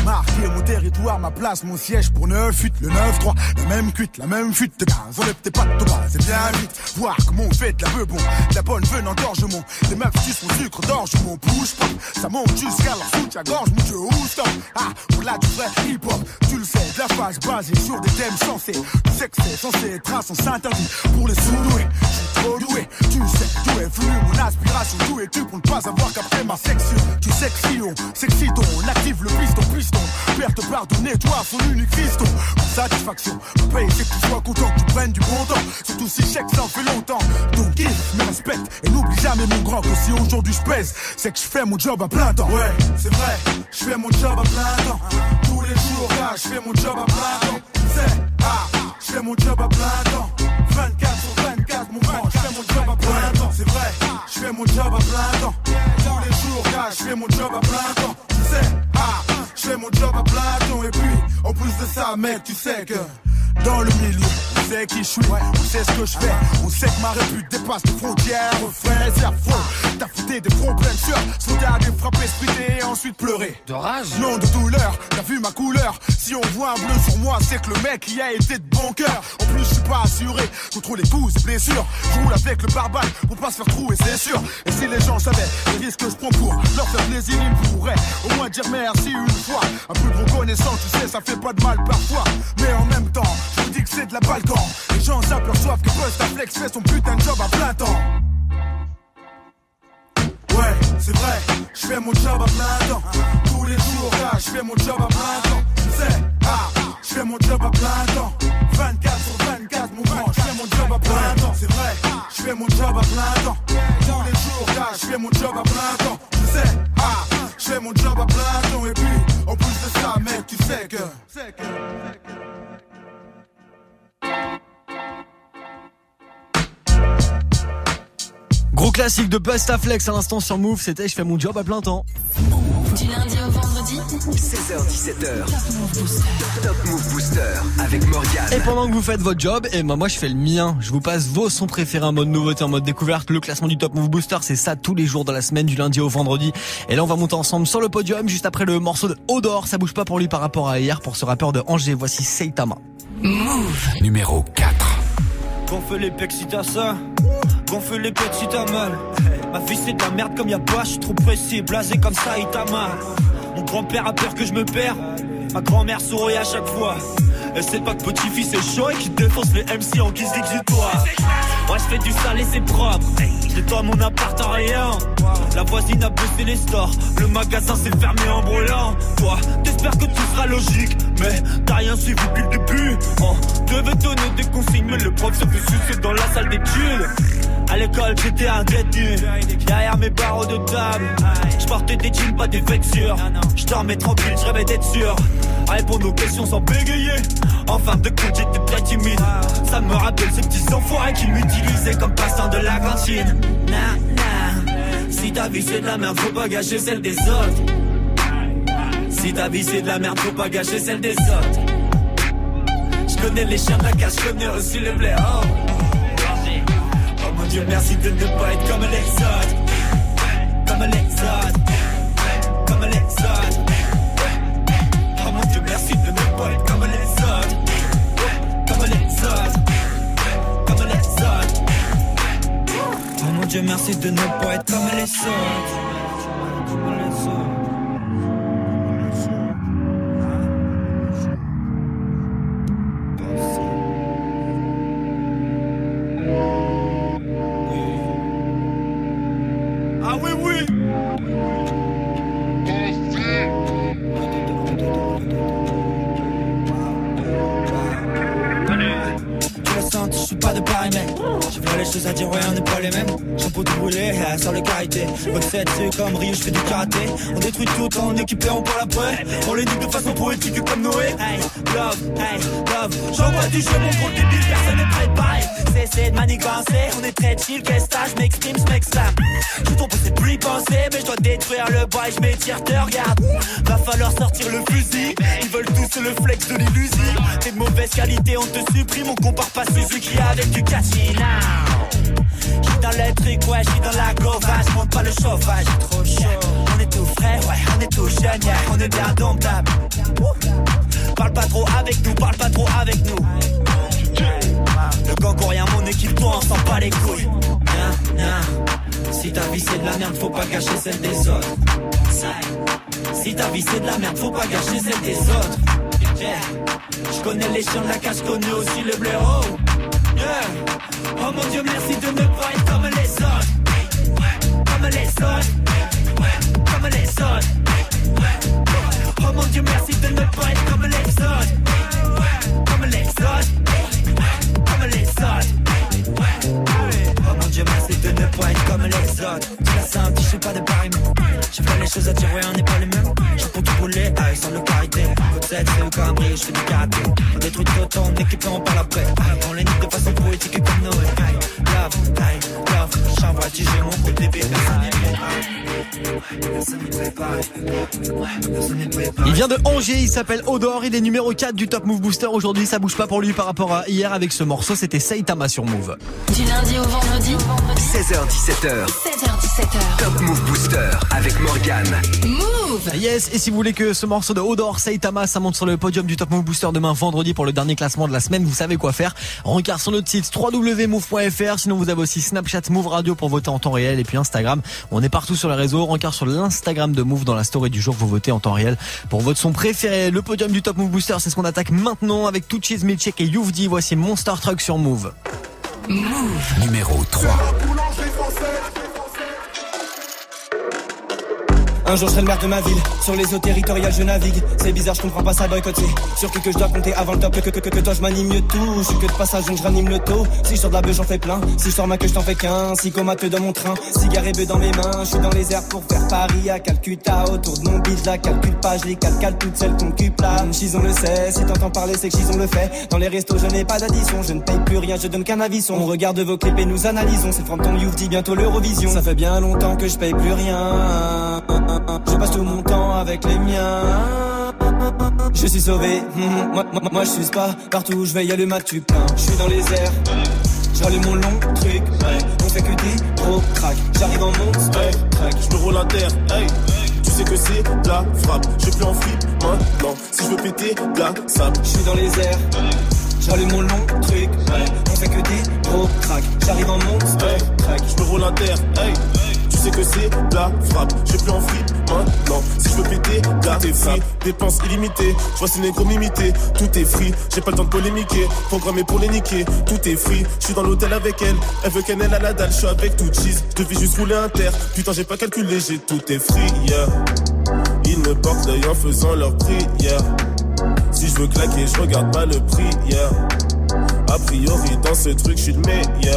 Marquer mon territoire, ma place, mon siège pour neuf huit, le neuf trois, la même cuite, la même fuite de gaz. Enlève tes pattes de bas, c'est bien vite. Voir comment on fait de la peu bon, de la bonne venant d'orgement. Les meufs qui sont sucre d'orge, mon push pop. Ça monte jusqu'à leur soutien-gorge, mon dieu, où stop. Ah, au-delà du vrai hip-hop, tu le sais, de la phase basée sur des thèmes sensés. Tu sais que c'est censé être un sens interdit pour les sous-doués. Je suis trop doué, tu sais d'où est venu mon aspiration. D'où es-tu pour ne pas avoir qu'après ma section. Tu sais que si on s'excite, on active le piston, piston. Père te pardonner, toi, son unique fiston. Pour satisfaction, mon paye, c'est que tu sois content, que tu prennes du bon temps. Surtout si chèque, ça en fait longtemps. Donc kiffe, me respecte et n'oublie jamais mon grand que si aujourd'hui je pèse, c'est que je fais mon job à plein temps. Ouais, c'est vrai, je fais mon job à plein temps. Tous les jours, là, je fais mon job à plein temps. C'est, ah, je fais mon job à plein temps. vingt-quatre sur vingt-quatre, mon grand, je fais mon job à plein temps. C'est vrai, je fais mon job à plein temps. Tous les jours, là, je fais mon job à plein temps. C'est, ah, je fais mon job à plein temps. Et puis, en plus de ça, mec, tu sais que dans le milieu, on sait qui je suis, on sait ce que je fais. On sait que ma répute dépasse les frontières. Frère, c'est affreux. T'as fouté des fronts pleins de sueur, sauter à des frapper, spriter et ensuite pleurer. De rage? Non, de douleur. T'as vu ma couleur? Si on voit un bleu sur moi, c'est que le mec y a été de bon cœur. En plus, je suis pas assuré contre les coups et blessures. Je roule avec le barbare pour pas se faire trouer, c'est sûr. Et si les gens savaient les risques que je prends pour leur faire plaisir, ils pourraient au moins dire merci une fois. Un peu de reconnaissance, tu sais, ça fait pas de mal parfois. Mais en même temps, je vous dis que c'est de la balkan. Les gens s'aperçoivent que Bustaflex fait son putain de job à plein temps. Ouais, c'est vrai, je fais mon job à plein temps. Tous les jours, là, je fais mon job à plein temps. C'est, ah, je fais mon job à plein temps. vingt-quatre sur vingt-quatre, mon grand, je fais mon job à plein temps. C'est vrai, je fais mon job à plein temps. Tous les jours, là, je fais mon job à plein temps. C'est, ah, je fais mon job à plein temps. Et puis, en plus de ça, mec, tu sais que... Gros classique de Bustaflex à l'instant sur Move, c'était je fais mon job à plein temps. Du lundi au vendredi, seize heures dix-sept heures. Top Move Booster avec Morgane. Et pendant que vous faites votre job, et ben moi je fais le mien. Je vous passe vos sons préférés en mode nouveauté, en mode découverte. Le classement du Top Move Booster, c'est ça tous les jours de la semaine, du lundi au vendredi. Et là on va monter ensemble sur le podium juste après le morceau de Odor. Ça bouge pas pour lui par rapport à hier pour ce rappeur de Angers. Voici Seitama. Move numéro quatre. Gonfle les pecs si t'as ça, gonfle les pecs si t'as mal. Ma vie c'est de la merde comme y'a pas, je suis trop pressé, blasé comme ça il t'a mal. Mon grand-père a peur que je me perds, ma grand-mère sourit à chaque fois. Elle sait pas que petit-fils est chaud et qu'il défonce les M C en guise d'exutoire. Moi je fais du sale et c'est propre, je nettoie mon appart en rien. La voisine a baissé les stores, le magasin s'est fermé en brûlant. Toi, t'espères que tout sera logique, mais t'as rien suivi depuis le début. On devait donner des consignes, mais le prof se fait sucer dans la salle d'études. À l'école j'étais un détenu, derrière mes barreaux de table. Je portais des jeans, pas des vêtures. Je dormais tranquille, je rêvais d'être sûr. Répondre aux questions sans bégayer. En fin de compte j'étais très timide. Ça me rappelle ces petits enfoirés qui m'utilisaient comme passant de la cantine. Nah, nah. Si ta vie c'est de la merde, faut pas gâcher celle des autres. Si ta vie c'est de la merde, faut pas gâcher celle des autres. Je connais les chiens de la cache, je connais aussi les blés. Oh. Oh mon Dieu, merci de ne pas être comme les autres. Comme les autres. Comme les autres. Oh mon Dieu, merci de ne pas être comme les autres. Comme les autres. Comme les autres. Oh mon Dieu, merci de ne pas être comme les autres. Comme les autres. À dire ouais on n'est pas les mêmes. Shampoo tout brûlé, sur le karité. Votre set c'est comme Rio, je fais du karaté. On détruit tout en équipé, on parle après. On les nique de façon poétique comme Noé. Hey, love, hey, love. J'envoie du jeu, mon gros débile, personne n'est prêt de pareil. Cessez de manigancer, on est très chill, qu'est-ce que je m'exprime, je m'exclame. Je tombe, c'est plus y penser, mais je dois détruire le bail, je m'étire, te regarde. Va falloir sortir le fusil. Ils veulent tous le flex de l'illusion. T'es de mauvaise qualité, on te supprime, on compare pas Suzuki avec du catchy now. J'suis dans le truc, ouais, j'suis dans la gauvache. Monte pas le chauffage, trop chaud. On est tout frais, ouais, on est tout génial, on est bien domptable. Parle pas trop avec nous, parle pas trop avec nous. Le gogo rien, mon équipe, toi on s'en bat les couilles. Nya, nya. Si ta vie c'est de la merde, faut pas gâcher celle des autres. Si ta vie c'est de la merde, faut pas gâcher celle des autres. Yeah. Je connais les chiens de la cage, je connais aussi le blaireau. Yeah. Oh mon Dieu, merci de ne pas être comme les autres. Comme les autres. Comme les autres. Oh mon Dieu, merci de ne pas être comme les autres. Comme les autres. Comme les autres. Oh mon Dieu, merci de ne pas être comme les autres. Tu l'as senti, je sais pas de pareil, mais j'ai fait les choses à dire, ouais, on n'est pas les mêmes. Je peux tout rouler, aïe, sans le carité. Peut-être c'est au cambré, je fais du karaté. On détruit tout autant, on équipe et on parle après. On les nique de façon poétique comme Noé. Love, aïe, love, chambre à tiger mon coup de bébé. Personne n'y préparé. Personne n'y préparé. Il vient de Angers, il s'appelle Odor, il est numéro quatre du Top Move Booster. Aujourd'hui, ça bouge pas pour lui par rapport à hier avec ce morceau, c'était Saitama sur Move. Du lundi au vendredi, seize heures dix-sept heures. seize heures dix-sept heures. Top Move Booster avec Morgane. Move. Yes, et si vous voulez que ce morceau de Odor, Saitama, ça monte sur le podium du Top Move Booster demain vendredi pour le dernier classement de la semaine, vous savez quoi faire. Rencard sur notre site w w w point move point f r. Sinon vous avez aussi Snapchat, Move Radio pour voter en temps réel, et puis Instagram. On est partout sur les réseaux. Rencard sur l'Instagram de Move dans la story du jour, vous votez en temps réel pour votre son préféré. Le podium du Top Move Booster, c'est ce qu'on attaque maintenant avec Tuchis, Milchek et Youvdi. Voici Monster Truck sur Move. Move. Numéro trois. Un jour je serai le maire de ma ville, sur les eaux territoriales je navigue. C'est bizarre, je comprends pas ça boycott, c'est sûr que, que je dois compter avant le top, que, que, que, que toi je m'anime mieux tout. Je suis que de passage donc je ranime le taux. Si je sors de la beuh j'en fais plein, si je sors ma queue je t'en fais qu'un. Si comateux dans mon train, cigare et bœuf dans mes mains. Je suis dans les airs pour faire Paris à Calcutta. Autour de mon beat, je la calcule pas, je les calcale toutes celles qu'on occupe là. Chison le sait, si t'entends parler c'est que Chison le fait. Dans les restos je n'ai pas d'addition, je ne paye plus rien, je donne qu'un avisson. On regarde vos clips et nous analysons, c'est Frampton Youvdi, bientôt l'Eurovision. Ça fait bien longtemps que je paye plus rien. Je passe tout mon temps avec les miens. Je suis sauvé, mmh, moi, moi, moi je suis pas partout où je vais, y'a le mat tu plein. Je suis dans les airs, j'allume mon long truc, ouais. On fait que des gros cracks, j'arrive en monster hey, track. Je me roule à terre, hey. Tu sais que c'est de la frappe, je vais plus en flip maintenant. Si je veux péter de la sable. Je suis dans les airs, j'allume mon long truc, ouais. On fait que des gros cracks, j'arrive en monster hey. track. Je me roule à terre, hey. Tu sais que c'est de la frappe, je vais plus en flip maintenant. Si je veux péter, là t'es free, dépenses illimitées. Je vois ces négros m'imiter, tout est free. J'ai pas le temps de polémiquer, programmé pour les niquer. Tout est free, je suis dans l'hôtel avec elle. Elle veut qu'elle ait à la dalle, je suis avec tout cheese. Je devais juste rouler un terre, putain j'ai pas calculé, j'ai tout est free, yeah. Ils me portent l'œil en faisant leur prière. Si je veux claquer, je regarde pas le prix, yeah. A priori dans ce truc, je suis le meilleur.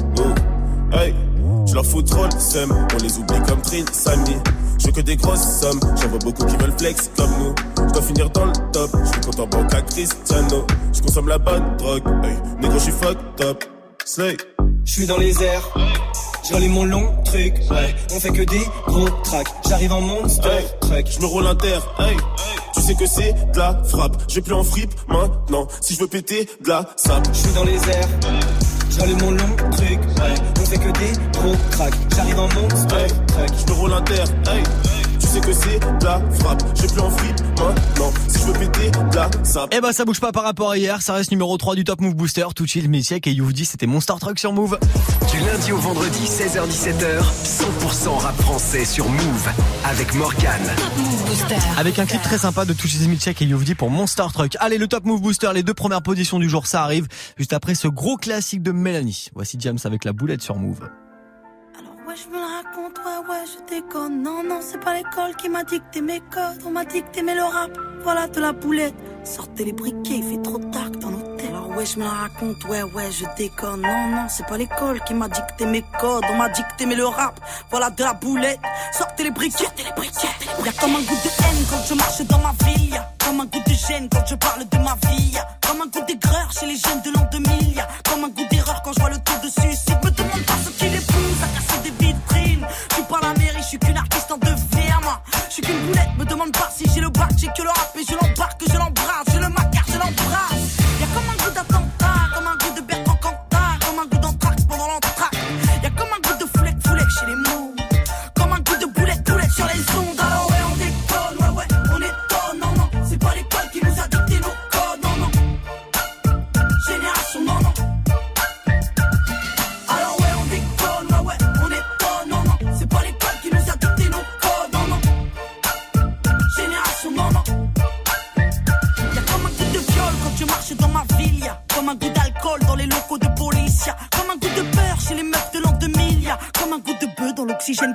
Oh, hey. Je leur fous trop le seum, on les oublie comme Trin, Samy. Je veux que des grosses sommes, j'en vois beaucoup qui veulent flex comme nous. Je dois finir dans le top, je suis content banque à Cristiano. Je consomme la bonne drogue, hey, négro je suis fucked up. Slay. Je suis dans les airs, j'allume mon long truc, ouais. On fait que des gros tracks, j'arrive en monster hey, track. Je me roule un terre, hey. Tu sais que c'est de la frappe, je vais plus en fripe maintenant. Si je veux péter de la sable. Je suis dans les airs, j'allume mon long truc, ouais. On fait que des gros cracks, j'arrive en monster hey, track. Je me roule un terre, hey. Tu sais que c'est de la frappe, je vais plus en flip maintenant. Si je veux péter de la sable. Eh bah ça bouge pas par rapport à hier, ça reste numéro trois du Top Move Booster. Tout chill, Milchek et Youvdi, c'était Monster Truck sur Move. Du lundi au vendredi, seize heures dix-sept heures, cent pour cent rap français sur Move avec Morgane. Top Move Booster. Avec un clip très sympa de Tuchis, Milchek et Youvdi pour Monster Truck. Allez, le Top Move Booster, les deux premières positions du jour, ça arrive juste après ce gros classique de Mélanie. Voici James avec la boulette sur Move. Ouais, je me le raconte, ouais, ouais, je déconne. Non, non, c'est pas l'école qui m'a dicté mes codes. On m'a dicté mais le rap, voilà de la boulette. Sortez les briquets, il fait trop dark dans nos têtes. Alors ouais, je me la raconte, ouais, ouais, je déconne. Non, non, c'est pas l'école qui m'a dicté mes codes. On m'a dicté mais le rap, voilà de la boulette. Sortez les briquets, sortez les briquets. Y'a comme un goût de haine quand je marche dans ma ville. Y'a comme un goût de gêne quand je parle de ma vie. Y'a comme un goût d'aigreur chez les jeunes de l'an deux mille. Y'a comme un goût d'erreur quand je vois le taux de suicide. Me demande pas ce qui les pousse à casser des vitrines. Je suis pas la mairie, je suis qu'une artiste en devenir, moi. Je suis qu'une boulette, me demande pas si j'ai le bac, j'ai que le rap et je l'embarque, je l'embrasse, je le macar, je l'embrasse. Y'a comme un goût d'attentat, comme un goût de Bertrand Cantat, comme un goût d'entraque pendant l'entraque. Y'a comme un goût de foulec, foulec chez les mots, comme un goût de boulette, boulette sur les ondes. Alors ouais, on déconne.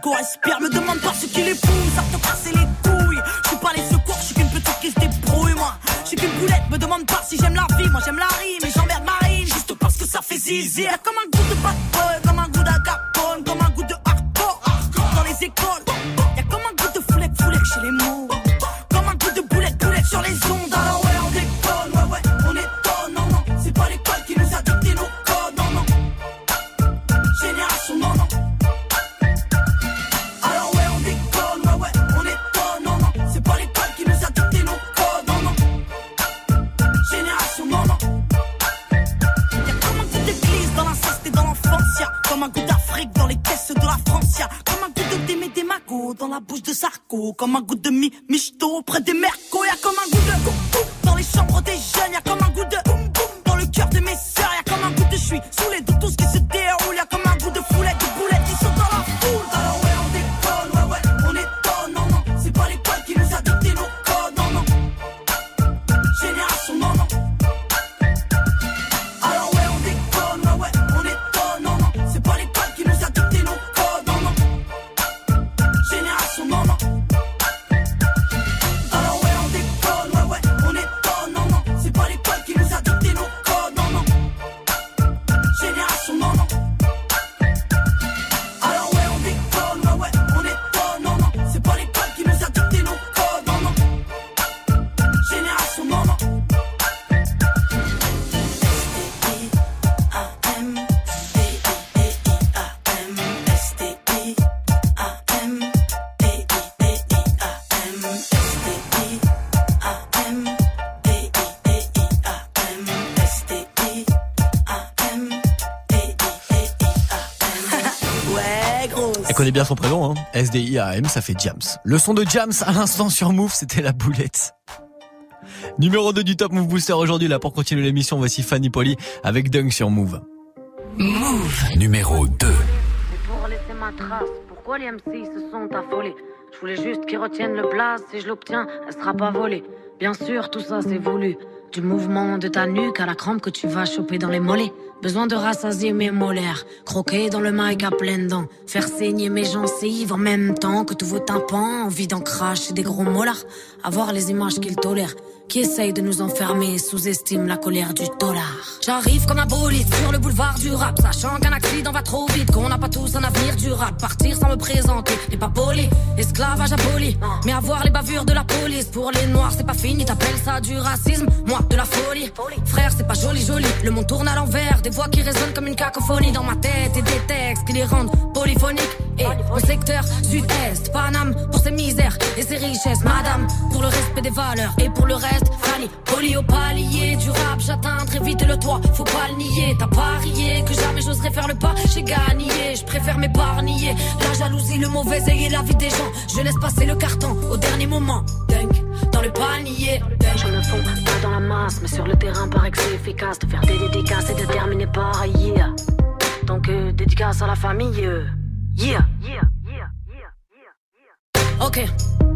qu'on respire. Me demande pas ce qu'il est fou, ça te casser les couilles. Je suis pas les secours, je suis qu'une petite qui se débrouille, moi. Je suis qu'une boulette, me demande pas si j'aime la vie. Moi j'aime la rime, mais j'emmerde ma rime juste parce que ça fait zizi. Y'a comme un goût de bad boy, comme un goût d'agapone, comme un goût de hardcore, hardcore dans les écoles. Y'a comme un goût de foulec, foulec chez les mots, comme un goût de boulette, boulette sur les ondes. Alors ouais, on déconne, ouais, ouais, on étonne, non, non. C'est pas l'école qui nous a dicté nos codes, non, non. Génération, non, non. Alors ouais, on déconne, ouais, ouais, on étonne, non, non. C'est pas l'école qui nous a dicté nos codes, non, non. Génération, non, non. Y'a comme un goût d'église dans l'inceste et dans l'enfance, y'a comme un goût d'Afrique dans les caisses de la France, y'a comme un goût de Démé des Magots dans la bouche de Sarko, comme un goût de mi michto près des mercos, y'a comme un goût de boum boum dans les chambres des jeunes, y'a comme un goût de boum boum dans le cœur de mes sœurs, y'a comme un goût de je suis saoulé de tout ce qui se déroule, y'a comme un goût de foulette, de boulettes qui sont dans la foule. Alors ouais, on déconne, ouais, ouais, on étonne, non, non. C'est pas l'école qui nous a dicté nos codes, non, non. Génération, non, non. Alors ouais, on déconne, ouais, ouais, on étonne, non, non. C'est pas l'école qui nous a dicté nos codes, non, non. Génération, non, non. Alors ouais, on déconne, ouais, ouais, on étonne, non, non. C'est pas l'école qui nous a dicté nos codes, non, non. Génération, non, non. Alors ouais, on déconne, ouais, ouais, on étonne, non, non. C'est pas l'école qui nous a dicté nos codes, non, non. Génération, non, non. Ouais, gros. Elle connaît bien son prénom, hein. S D I A M, ça fait Jams. Le son de Jams à l'instant sur Move, c'était la boulette. Numéro deux du Top Move Booster aujourd'hui, là pour continuer l'émission, voici Fanny Poli avec Dunk sur Move. Move numéro deux. C'est pour laisser ma trace. Pourquoi les M C se sont affolés? Je voulais juste qu'ils retiennent le blaze. Si je l'obtiens, elle sera pas volée. Bien sûr, tout ça c'est voulu. Du mouvement de ta nuque à la crampe que tu vas choper dans les mollets. Besoin de rassasier mes molaires, croquer dans le mic à pleines dents, faire saigner mes gencives en même temps que tous vos tympans, envie d'en cracher des gros molars, avoir les images qu'ils tolèrent, qui essayent de nous enfermer, sous-estiment la colère du dollar. J'arrive comme un bolide sur le boulevard du rap, sachant qu'un accident va trop vite, qu'on n'a pas tous un avenir durable. Partir sans me présenter n'est pas poli, esclavage aboli, mais avoir les bavures de la police. Pour les noirs c'est pas fini, t'appelles ça du racisme, moi de la folie. Frère c'est pas joli joli, le monde tourne à l'envers, des voix qui résonnent comme une cacophonie dans ma tête et des textes qui les rendent polyphoniques. Et le secteur sud-est, Paname pour ses misères et ses richesses, madame pour le respect des valeurs et pour le reste, Fanny Poli au palier du rap, j'atteins très vite le toit, faut pas le nier. T'as parié que jamais j'oserais faire le pas, j'ai gagné, je préfère m'épargner la jalousie, le mauvais œil et la vie des gens. Je laisse passer le carton au dernier moment, dunk dans le panier. Je me fonds pas dans la masse, mais sur le terrain paraît que c'est efficace de faire des dédicaces et de terminer par yeah. Donc euh, dédicace à la famille, euh, yeah. Yeah, yeah, yeah, yeah. Ok.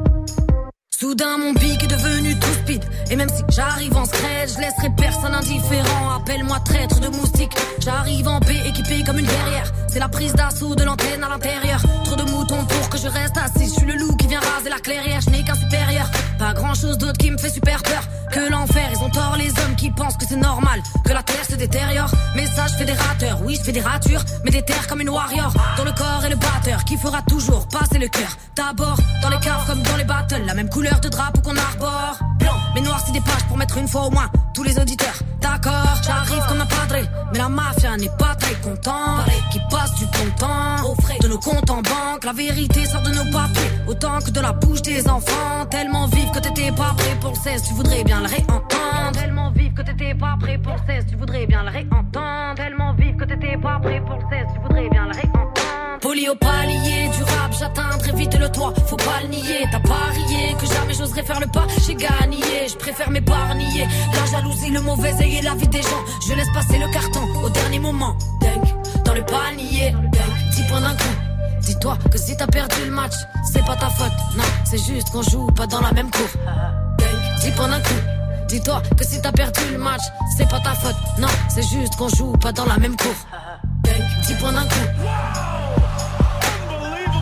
Soudain mon pic est devenu tout speed. Et même si j'arrive en scred, je laisserai personne indifférent. Appelle-moi traître de moustique. J'arrive en paix, équipé comme une guerrière. C'est la prise d'assaut de l'antenne à l'intérieur. Trop de moutons pour que je reste assis. Je suis le loup qui vient raser la clairière. Je n'ai qu'un supérieur. Pas grand chose d'autre qui me fait super peur que l'enfer. Ils ont tort les hommes qui pensent que c'est normal que la terre se détériore. Message fédérateur, oui je fais des ratures, mais des terres comme une warrior. Dans le corps et le batteur qui fera toujours passer le cœur. D'abord dans les caves comme dans les battles, la même couleur de drapeau qu'on arbore. Blanc, mais noir c'est des pages pour mettre une fois au moins tous les auditeurs. D'accord, j'arrive comme un padré, mais la mafia n'est pas très contente. Qui passe du bon temps au frais de nos comptes en banque. La vérité sort de nos papiers autant que de la bouche des enfants. Tellement vive que t'étais pas prêt pour le seize, tu voudrais bien le réentendre. Tellement vive que t'étais pas prêt pour le seize, tu voudrais bien le réentendre. Tellement vive que t'étais pas prêt pour le seize, tu voudrais bien le réentendre. Poli au palier du rap, j'atteins très vite le toit, faut pas le nier. T'as parié que jamais j'oserais faire le pas, j'ai gagné, je préfère m'épargner la jalousie, le mauvais œil et la vie des gens. Je laisse passer le carton au dernier moment, dunk dans le panier, dunk dix points d'un coup. Dis-toi que si t'as perdu le match, c'est pas ta faute, non, c'est juste qu'on joue pas dans la même cour. Dunk dix points d'un coup. Dis-toi que si t'as perdu le match, c'est pas ta faute, non, c'est juste qu'on joue pas dans la même cour. Dunk dix points d'un coup.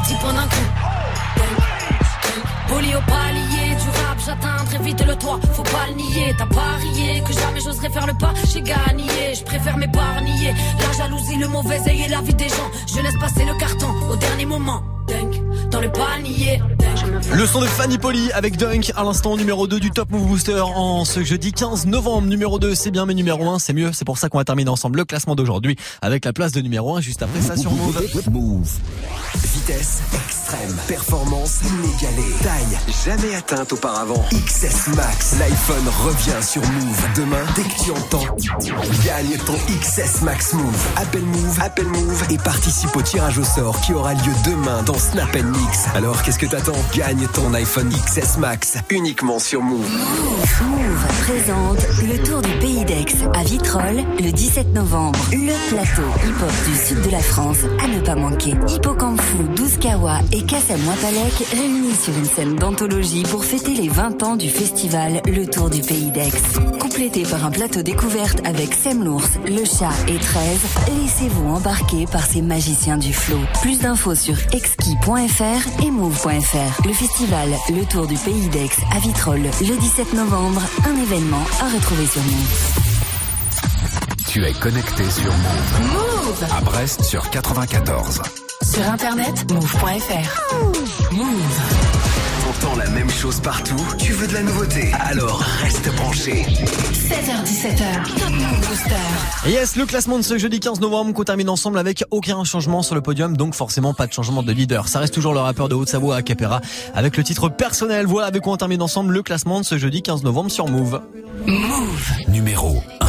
type en un coup. Poli au palier du rap, j'atteins très vite le toit. Faut pas le nier, t'as parié que jamais j'oserais faire le pas. J'ai gagné, je préfère m'épargner. La jalousie, le mauvais œil et la vie des gens. Je laisse passer le carton au dernier moment. Dunk, dans le panier. Le son de Fanny Poli avec Dunk à l'instant numéro deux du Top Move Booster en ce jeudi quinze novembre. Numéro deux c'est bien mais numéro un c'est mieux. C'est pour ça qu'on va terminer ensemble le classement d'aujourd'hui avec la place de numéro un juste après ça sur Move. Move. Vitesse extrême, performance inégalée, taille jamais atteinte auparavant. X S Max, l'iPhone revient sur Move. Demain, dès que tu entends, gagne ton X S Max Move. Appelle Move, appelle Move et participe au tirage au sort qui aura lieu demain dans Snap and Mix. Alors qu'est-ce que t'attends? Gagne ton iPhone X S Max uniquement sur Move. Move présente le Tour du Pays d'Aix à Vitrolles le dix-sept novembre. Le plateau hip-hop du sud de la France à ne pas manquer. Hippocampe Fou, douze Kawa et Kassem Wapalek réunis sur une scène d'anthologie pour fêter les vingt ans du festival Le Tour du Pays d'Aix. Complété par un plateau découverte avec Sem l'ours, Le Chat et treize, laissez-vous embarquer par ces magiciens du flow. Plus d'infos sur exki point f r et move point f r. Le festival Le Tour du Pays d'Aix à Vitrolles le dix-sept novembre, un événement à retrouver sur Move. Tu es connecté sur Move. Move. À Brest sur quatre-vingt-quatorze. Sur internet, move point f r. Move. T'entends la même chose partout? Tu veux de la nouveauté? Alors reste branché. seize heures dix-sept heures, Top Move Booster. Yes, le classement de ce jeudi quinze novembre qu'on termine ensemble avec aucun changement sur le podium, donc forcément pas de changement de leader. Ça reste toujours le rappeur de Haute-Savoie Acapera avec le titre personnel. Voilà avec quoi on termine ensemble le classement de ce jeudi quinze novembre sur Move. Move numéro un.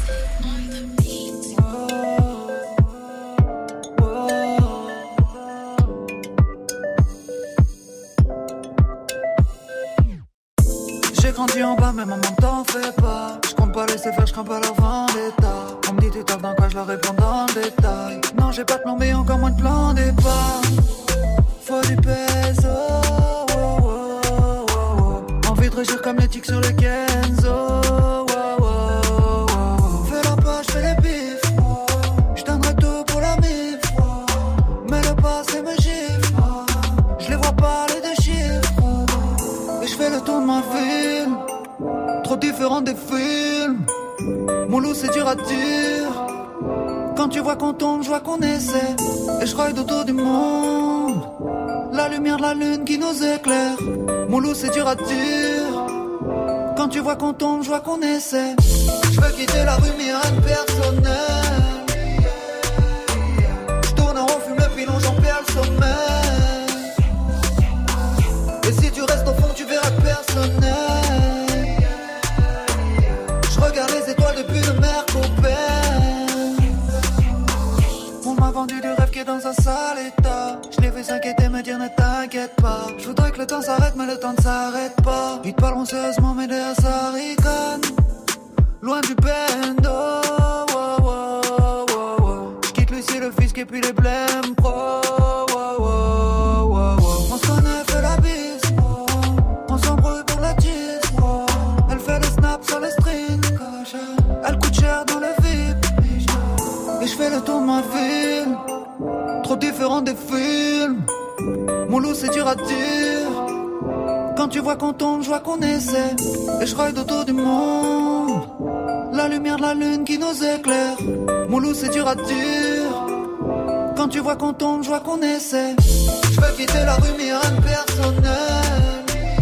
J'ai grandi en bas mais maman t'en fais pas. Je compte pas laisser faire, je crains pas leur vendetta. On me dit tu tapes dans quoi, je leur réponds dans le détail. Non j'ai pas de plan mais encore moins de plan départ. Faut du peso, oh, oh, oh, oh. Envie de régir comme les tics sur le Kenzo, oh, oh, oh, oh. Fais la poche, fais les bifs, je donnerai tout pour la mif. Mais le passé me gifle, je les vois parler de chiffres. Et je fais le tour de ma ville, trop différent des films. Mon loup c'est dur à dire. Quand tu vois qu'on tombe, je vois qu'on essaie. Et je ride autour du monde, la lumière de la lune qui nous éclaire. Mon loup c'est dur à dire. Quand tu vois qu'on tombe, je vois qu'on essaie. Je veux quitter la rue mais rien de personnel. Je tourne en rond, fume le pilon, j'en perds le sommeil. Et si tu restes au fond, tu verras que personnel. Je regarde les étoiles depuis le Mercopène. On m'a vendu du rêve qui est dans un sale état. Je l'ai vu s'inquiéter, me dire ne t'inquiète pas. Je voudrais que le temps s'arrête, mais le temps ne s'arrête pas. Ils te parleront sérieusement, mais derrière ça ricane. Loin du bendo, oh, oh, oh, oh, oh. Je quitte Lucie, le fisc et puis les blèmes pro, oh, oh, oh, oh. On se connaît, fait la bise, oh. On s'embrouille pour la tisse, oh. Elle fait le snap sur les strings, elle coûte cher dans le V I P. Et je fais le tour de ma ville, trop différent des films. Mon loup c'est dur à dire. Quand tu vois qu'on tombe, je vois qu'on essaie. Et je ride autour du monde, la lumière de la lune qui nous éclaire. Mon loup c'est dur à dire. Quand tu vois qu'on tombe, je vois qu'on essaie. Je veux quitter la rue mais rien de personnel.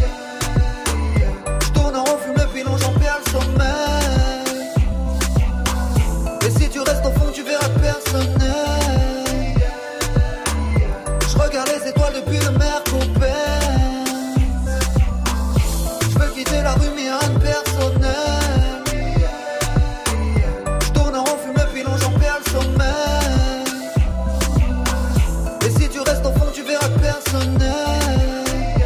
Je tourne en rond, fume le pilon, j'en perds le sommeil. Et si tu restes au fond, tu verras que personnel. Je regarde les étoiles depuis le Mercopène. Je veux quitter la rue mais rien de personnel. Je tourne en rond, fume le pilon, j'en perds le sommeil. Et si tu restes au fond, tu verras que personnel.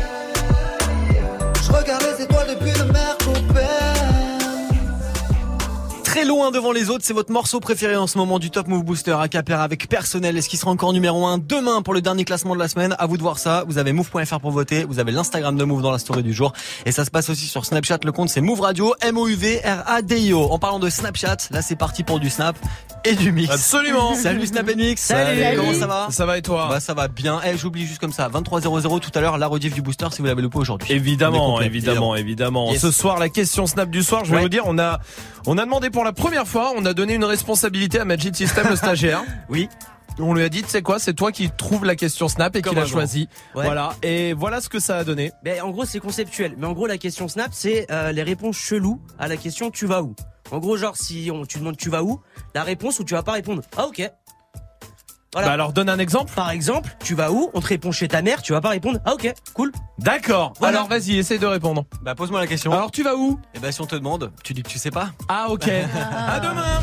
numéro un devant les autres, c'est votre morceau préféré en ce moment du Top Move Booster à Capera avec Personnel. Est-ce qu'il sera encore numéro un demain pour le dernier classement de la semaine? À vous de voir ça. Vous avez move point f r pour voter. Vous avez l'Instagram de Move dans la story du jour. Et ça se passe aussi sur Snapchat. Le compte c'est Move Radio, M O U V R A D I O. En parlant de Snapchat, là c'est parti pour du snap et du mix. Absolument. Salut Snap et Mix. Salut. Salut. Comment ça va? Ça va et toi? Bah ça va bien. Eh, j'oublie juste comme ça. vingt-trois zéro zéro tout à l'heure, la rediff du booster si vous l'avez loupé aujourd'hui. Évidemment, complet, évidemment, évidemment. Yes. Ce soir, la question Snap du soir, je vais Ouais. vous dire, on a, on a demandé pour la première fois, on a donné une responsabilité à Magic System, le stagiaire. Oui. On lui a dit, tu sais quoi, c'est toi qui trouve la question Snap et qui Comme l'a avant. choisi. Ouais. Voilà. Et voilà ce que ça a donné. Ben, en gros, c'est conceptuel. Mais en gros, la question Snap, c'est euh, les réponses cheloues à la question tu vas où. En gros, genre, si on, tu demandes tu vas où, la réponse où tu vas pas répondre. Ah, ok. Voilà. Bah alors donne un exemple. Par exemple, tu vas où? On te répond chez ta mère, tu vas pas répondre. Ah, ok, cool. D'accord. Voilà. Alors vas-y, essaye de répondre. Bah pose-moi la question. Alors tu vas où? Eh ben si on te demande, tu dis que tu sais pas. Ah ok. À demain.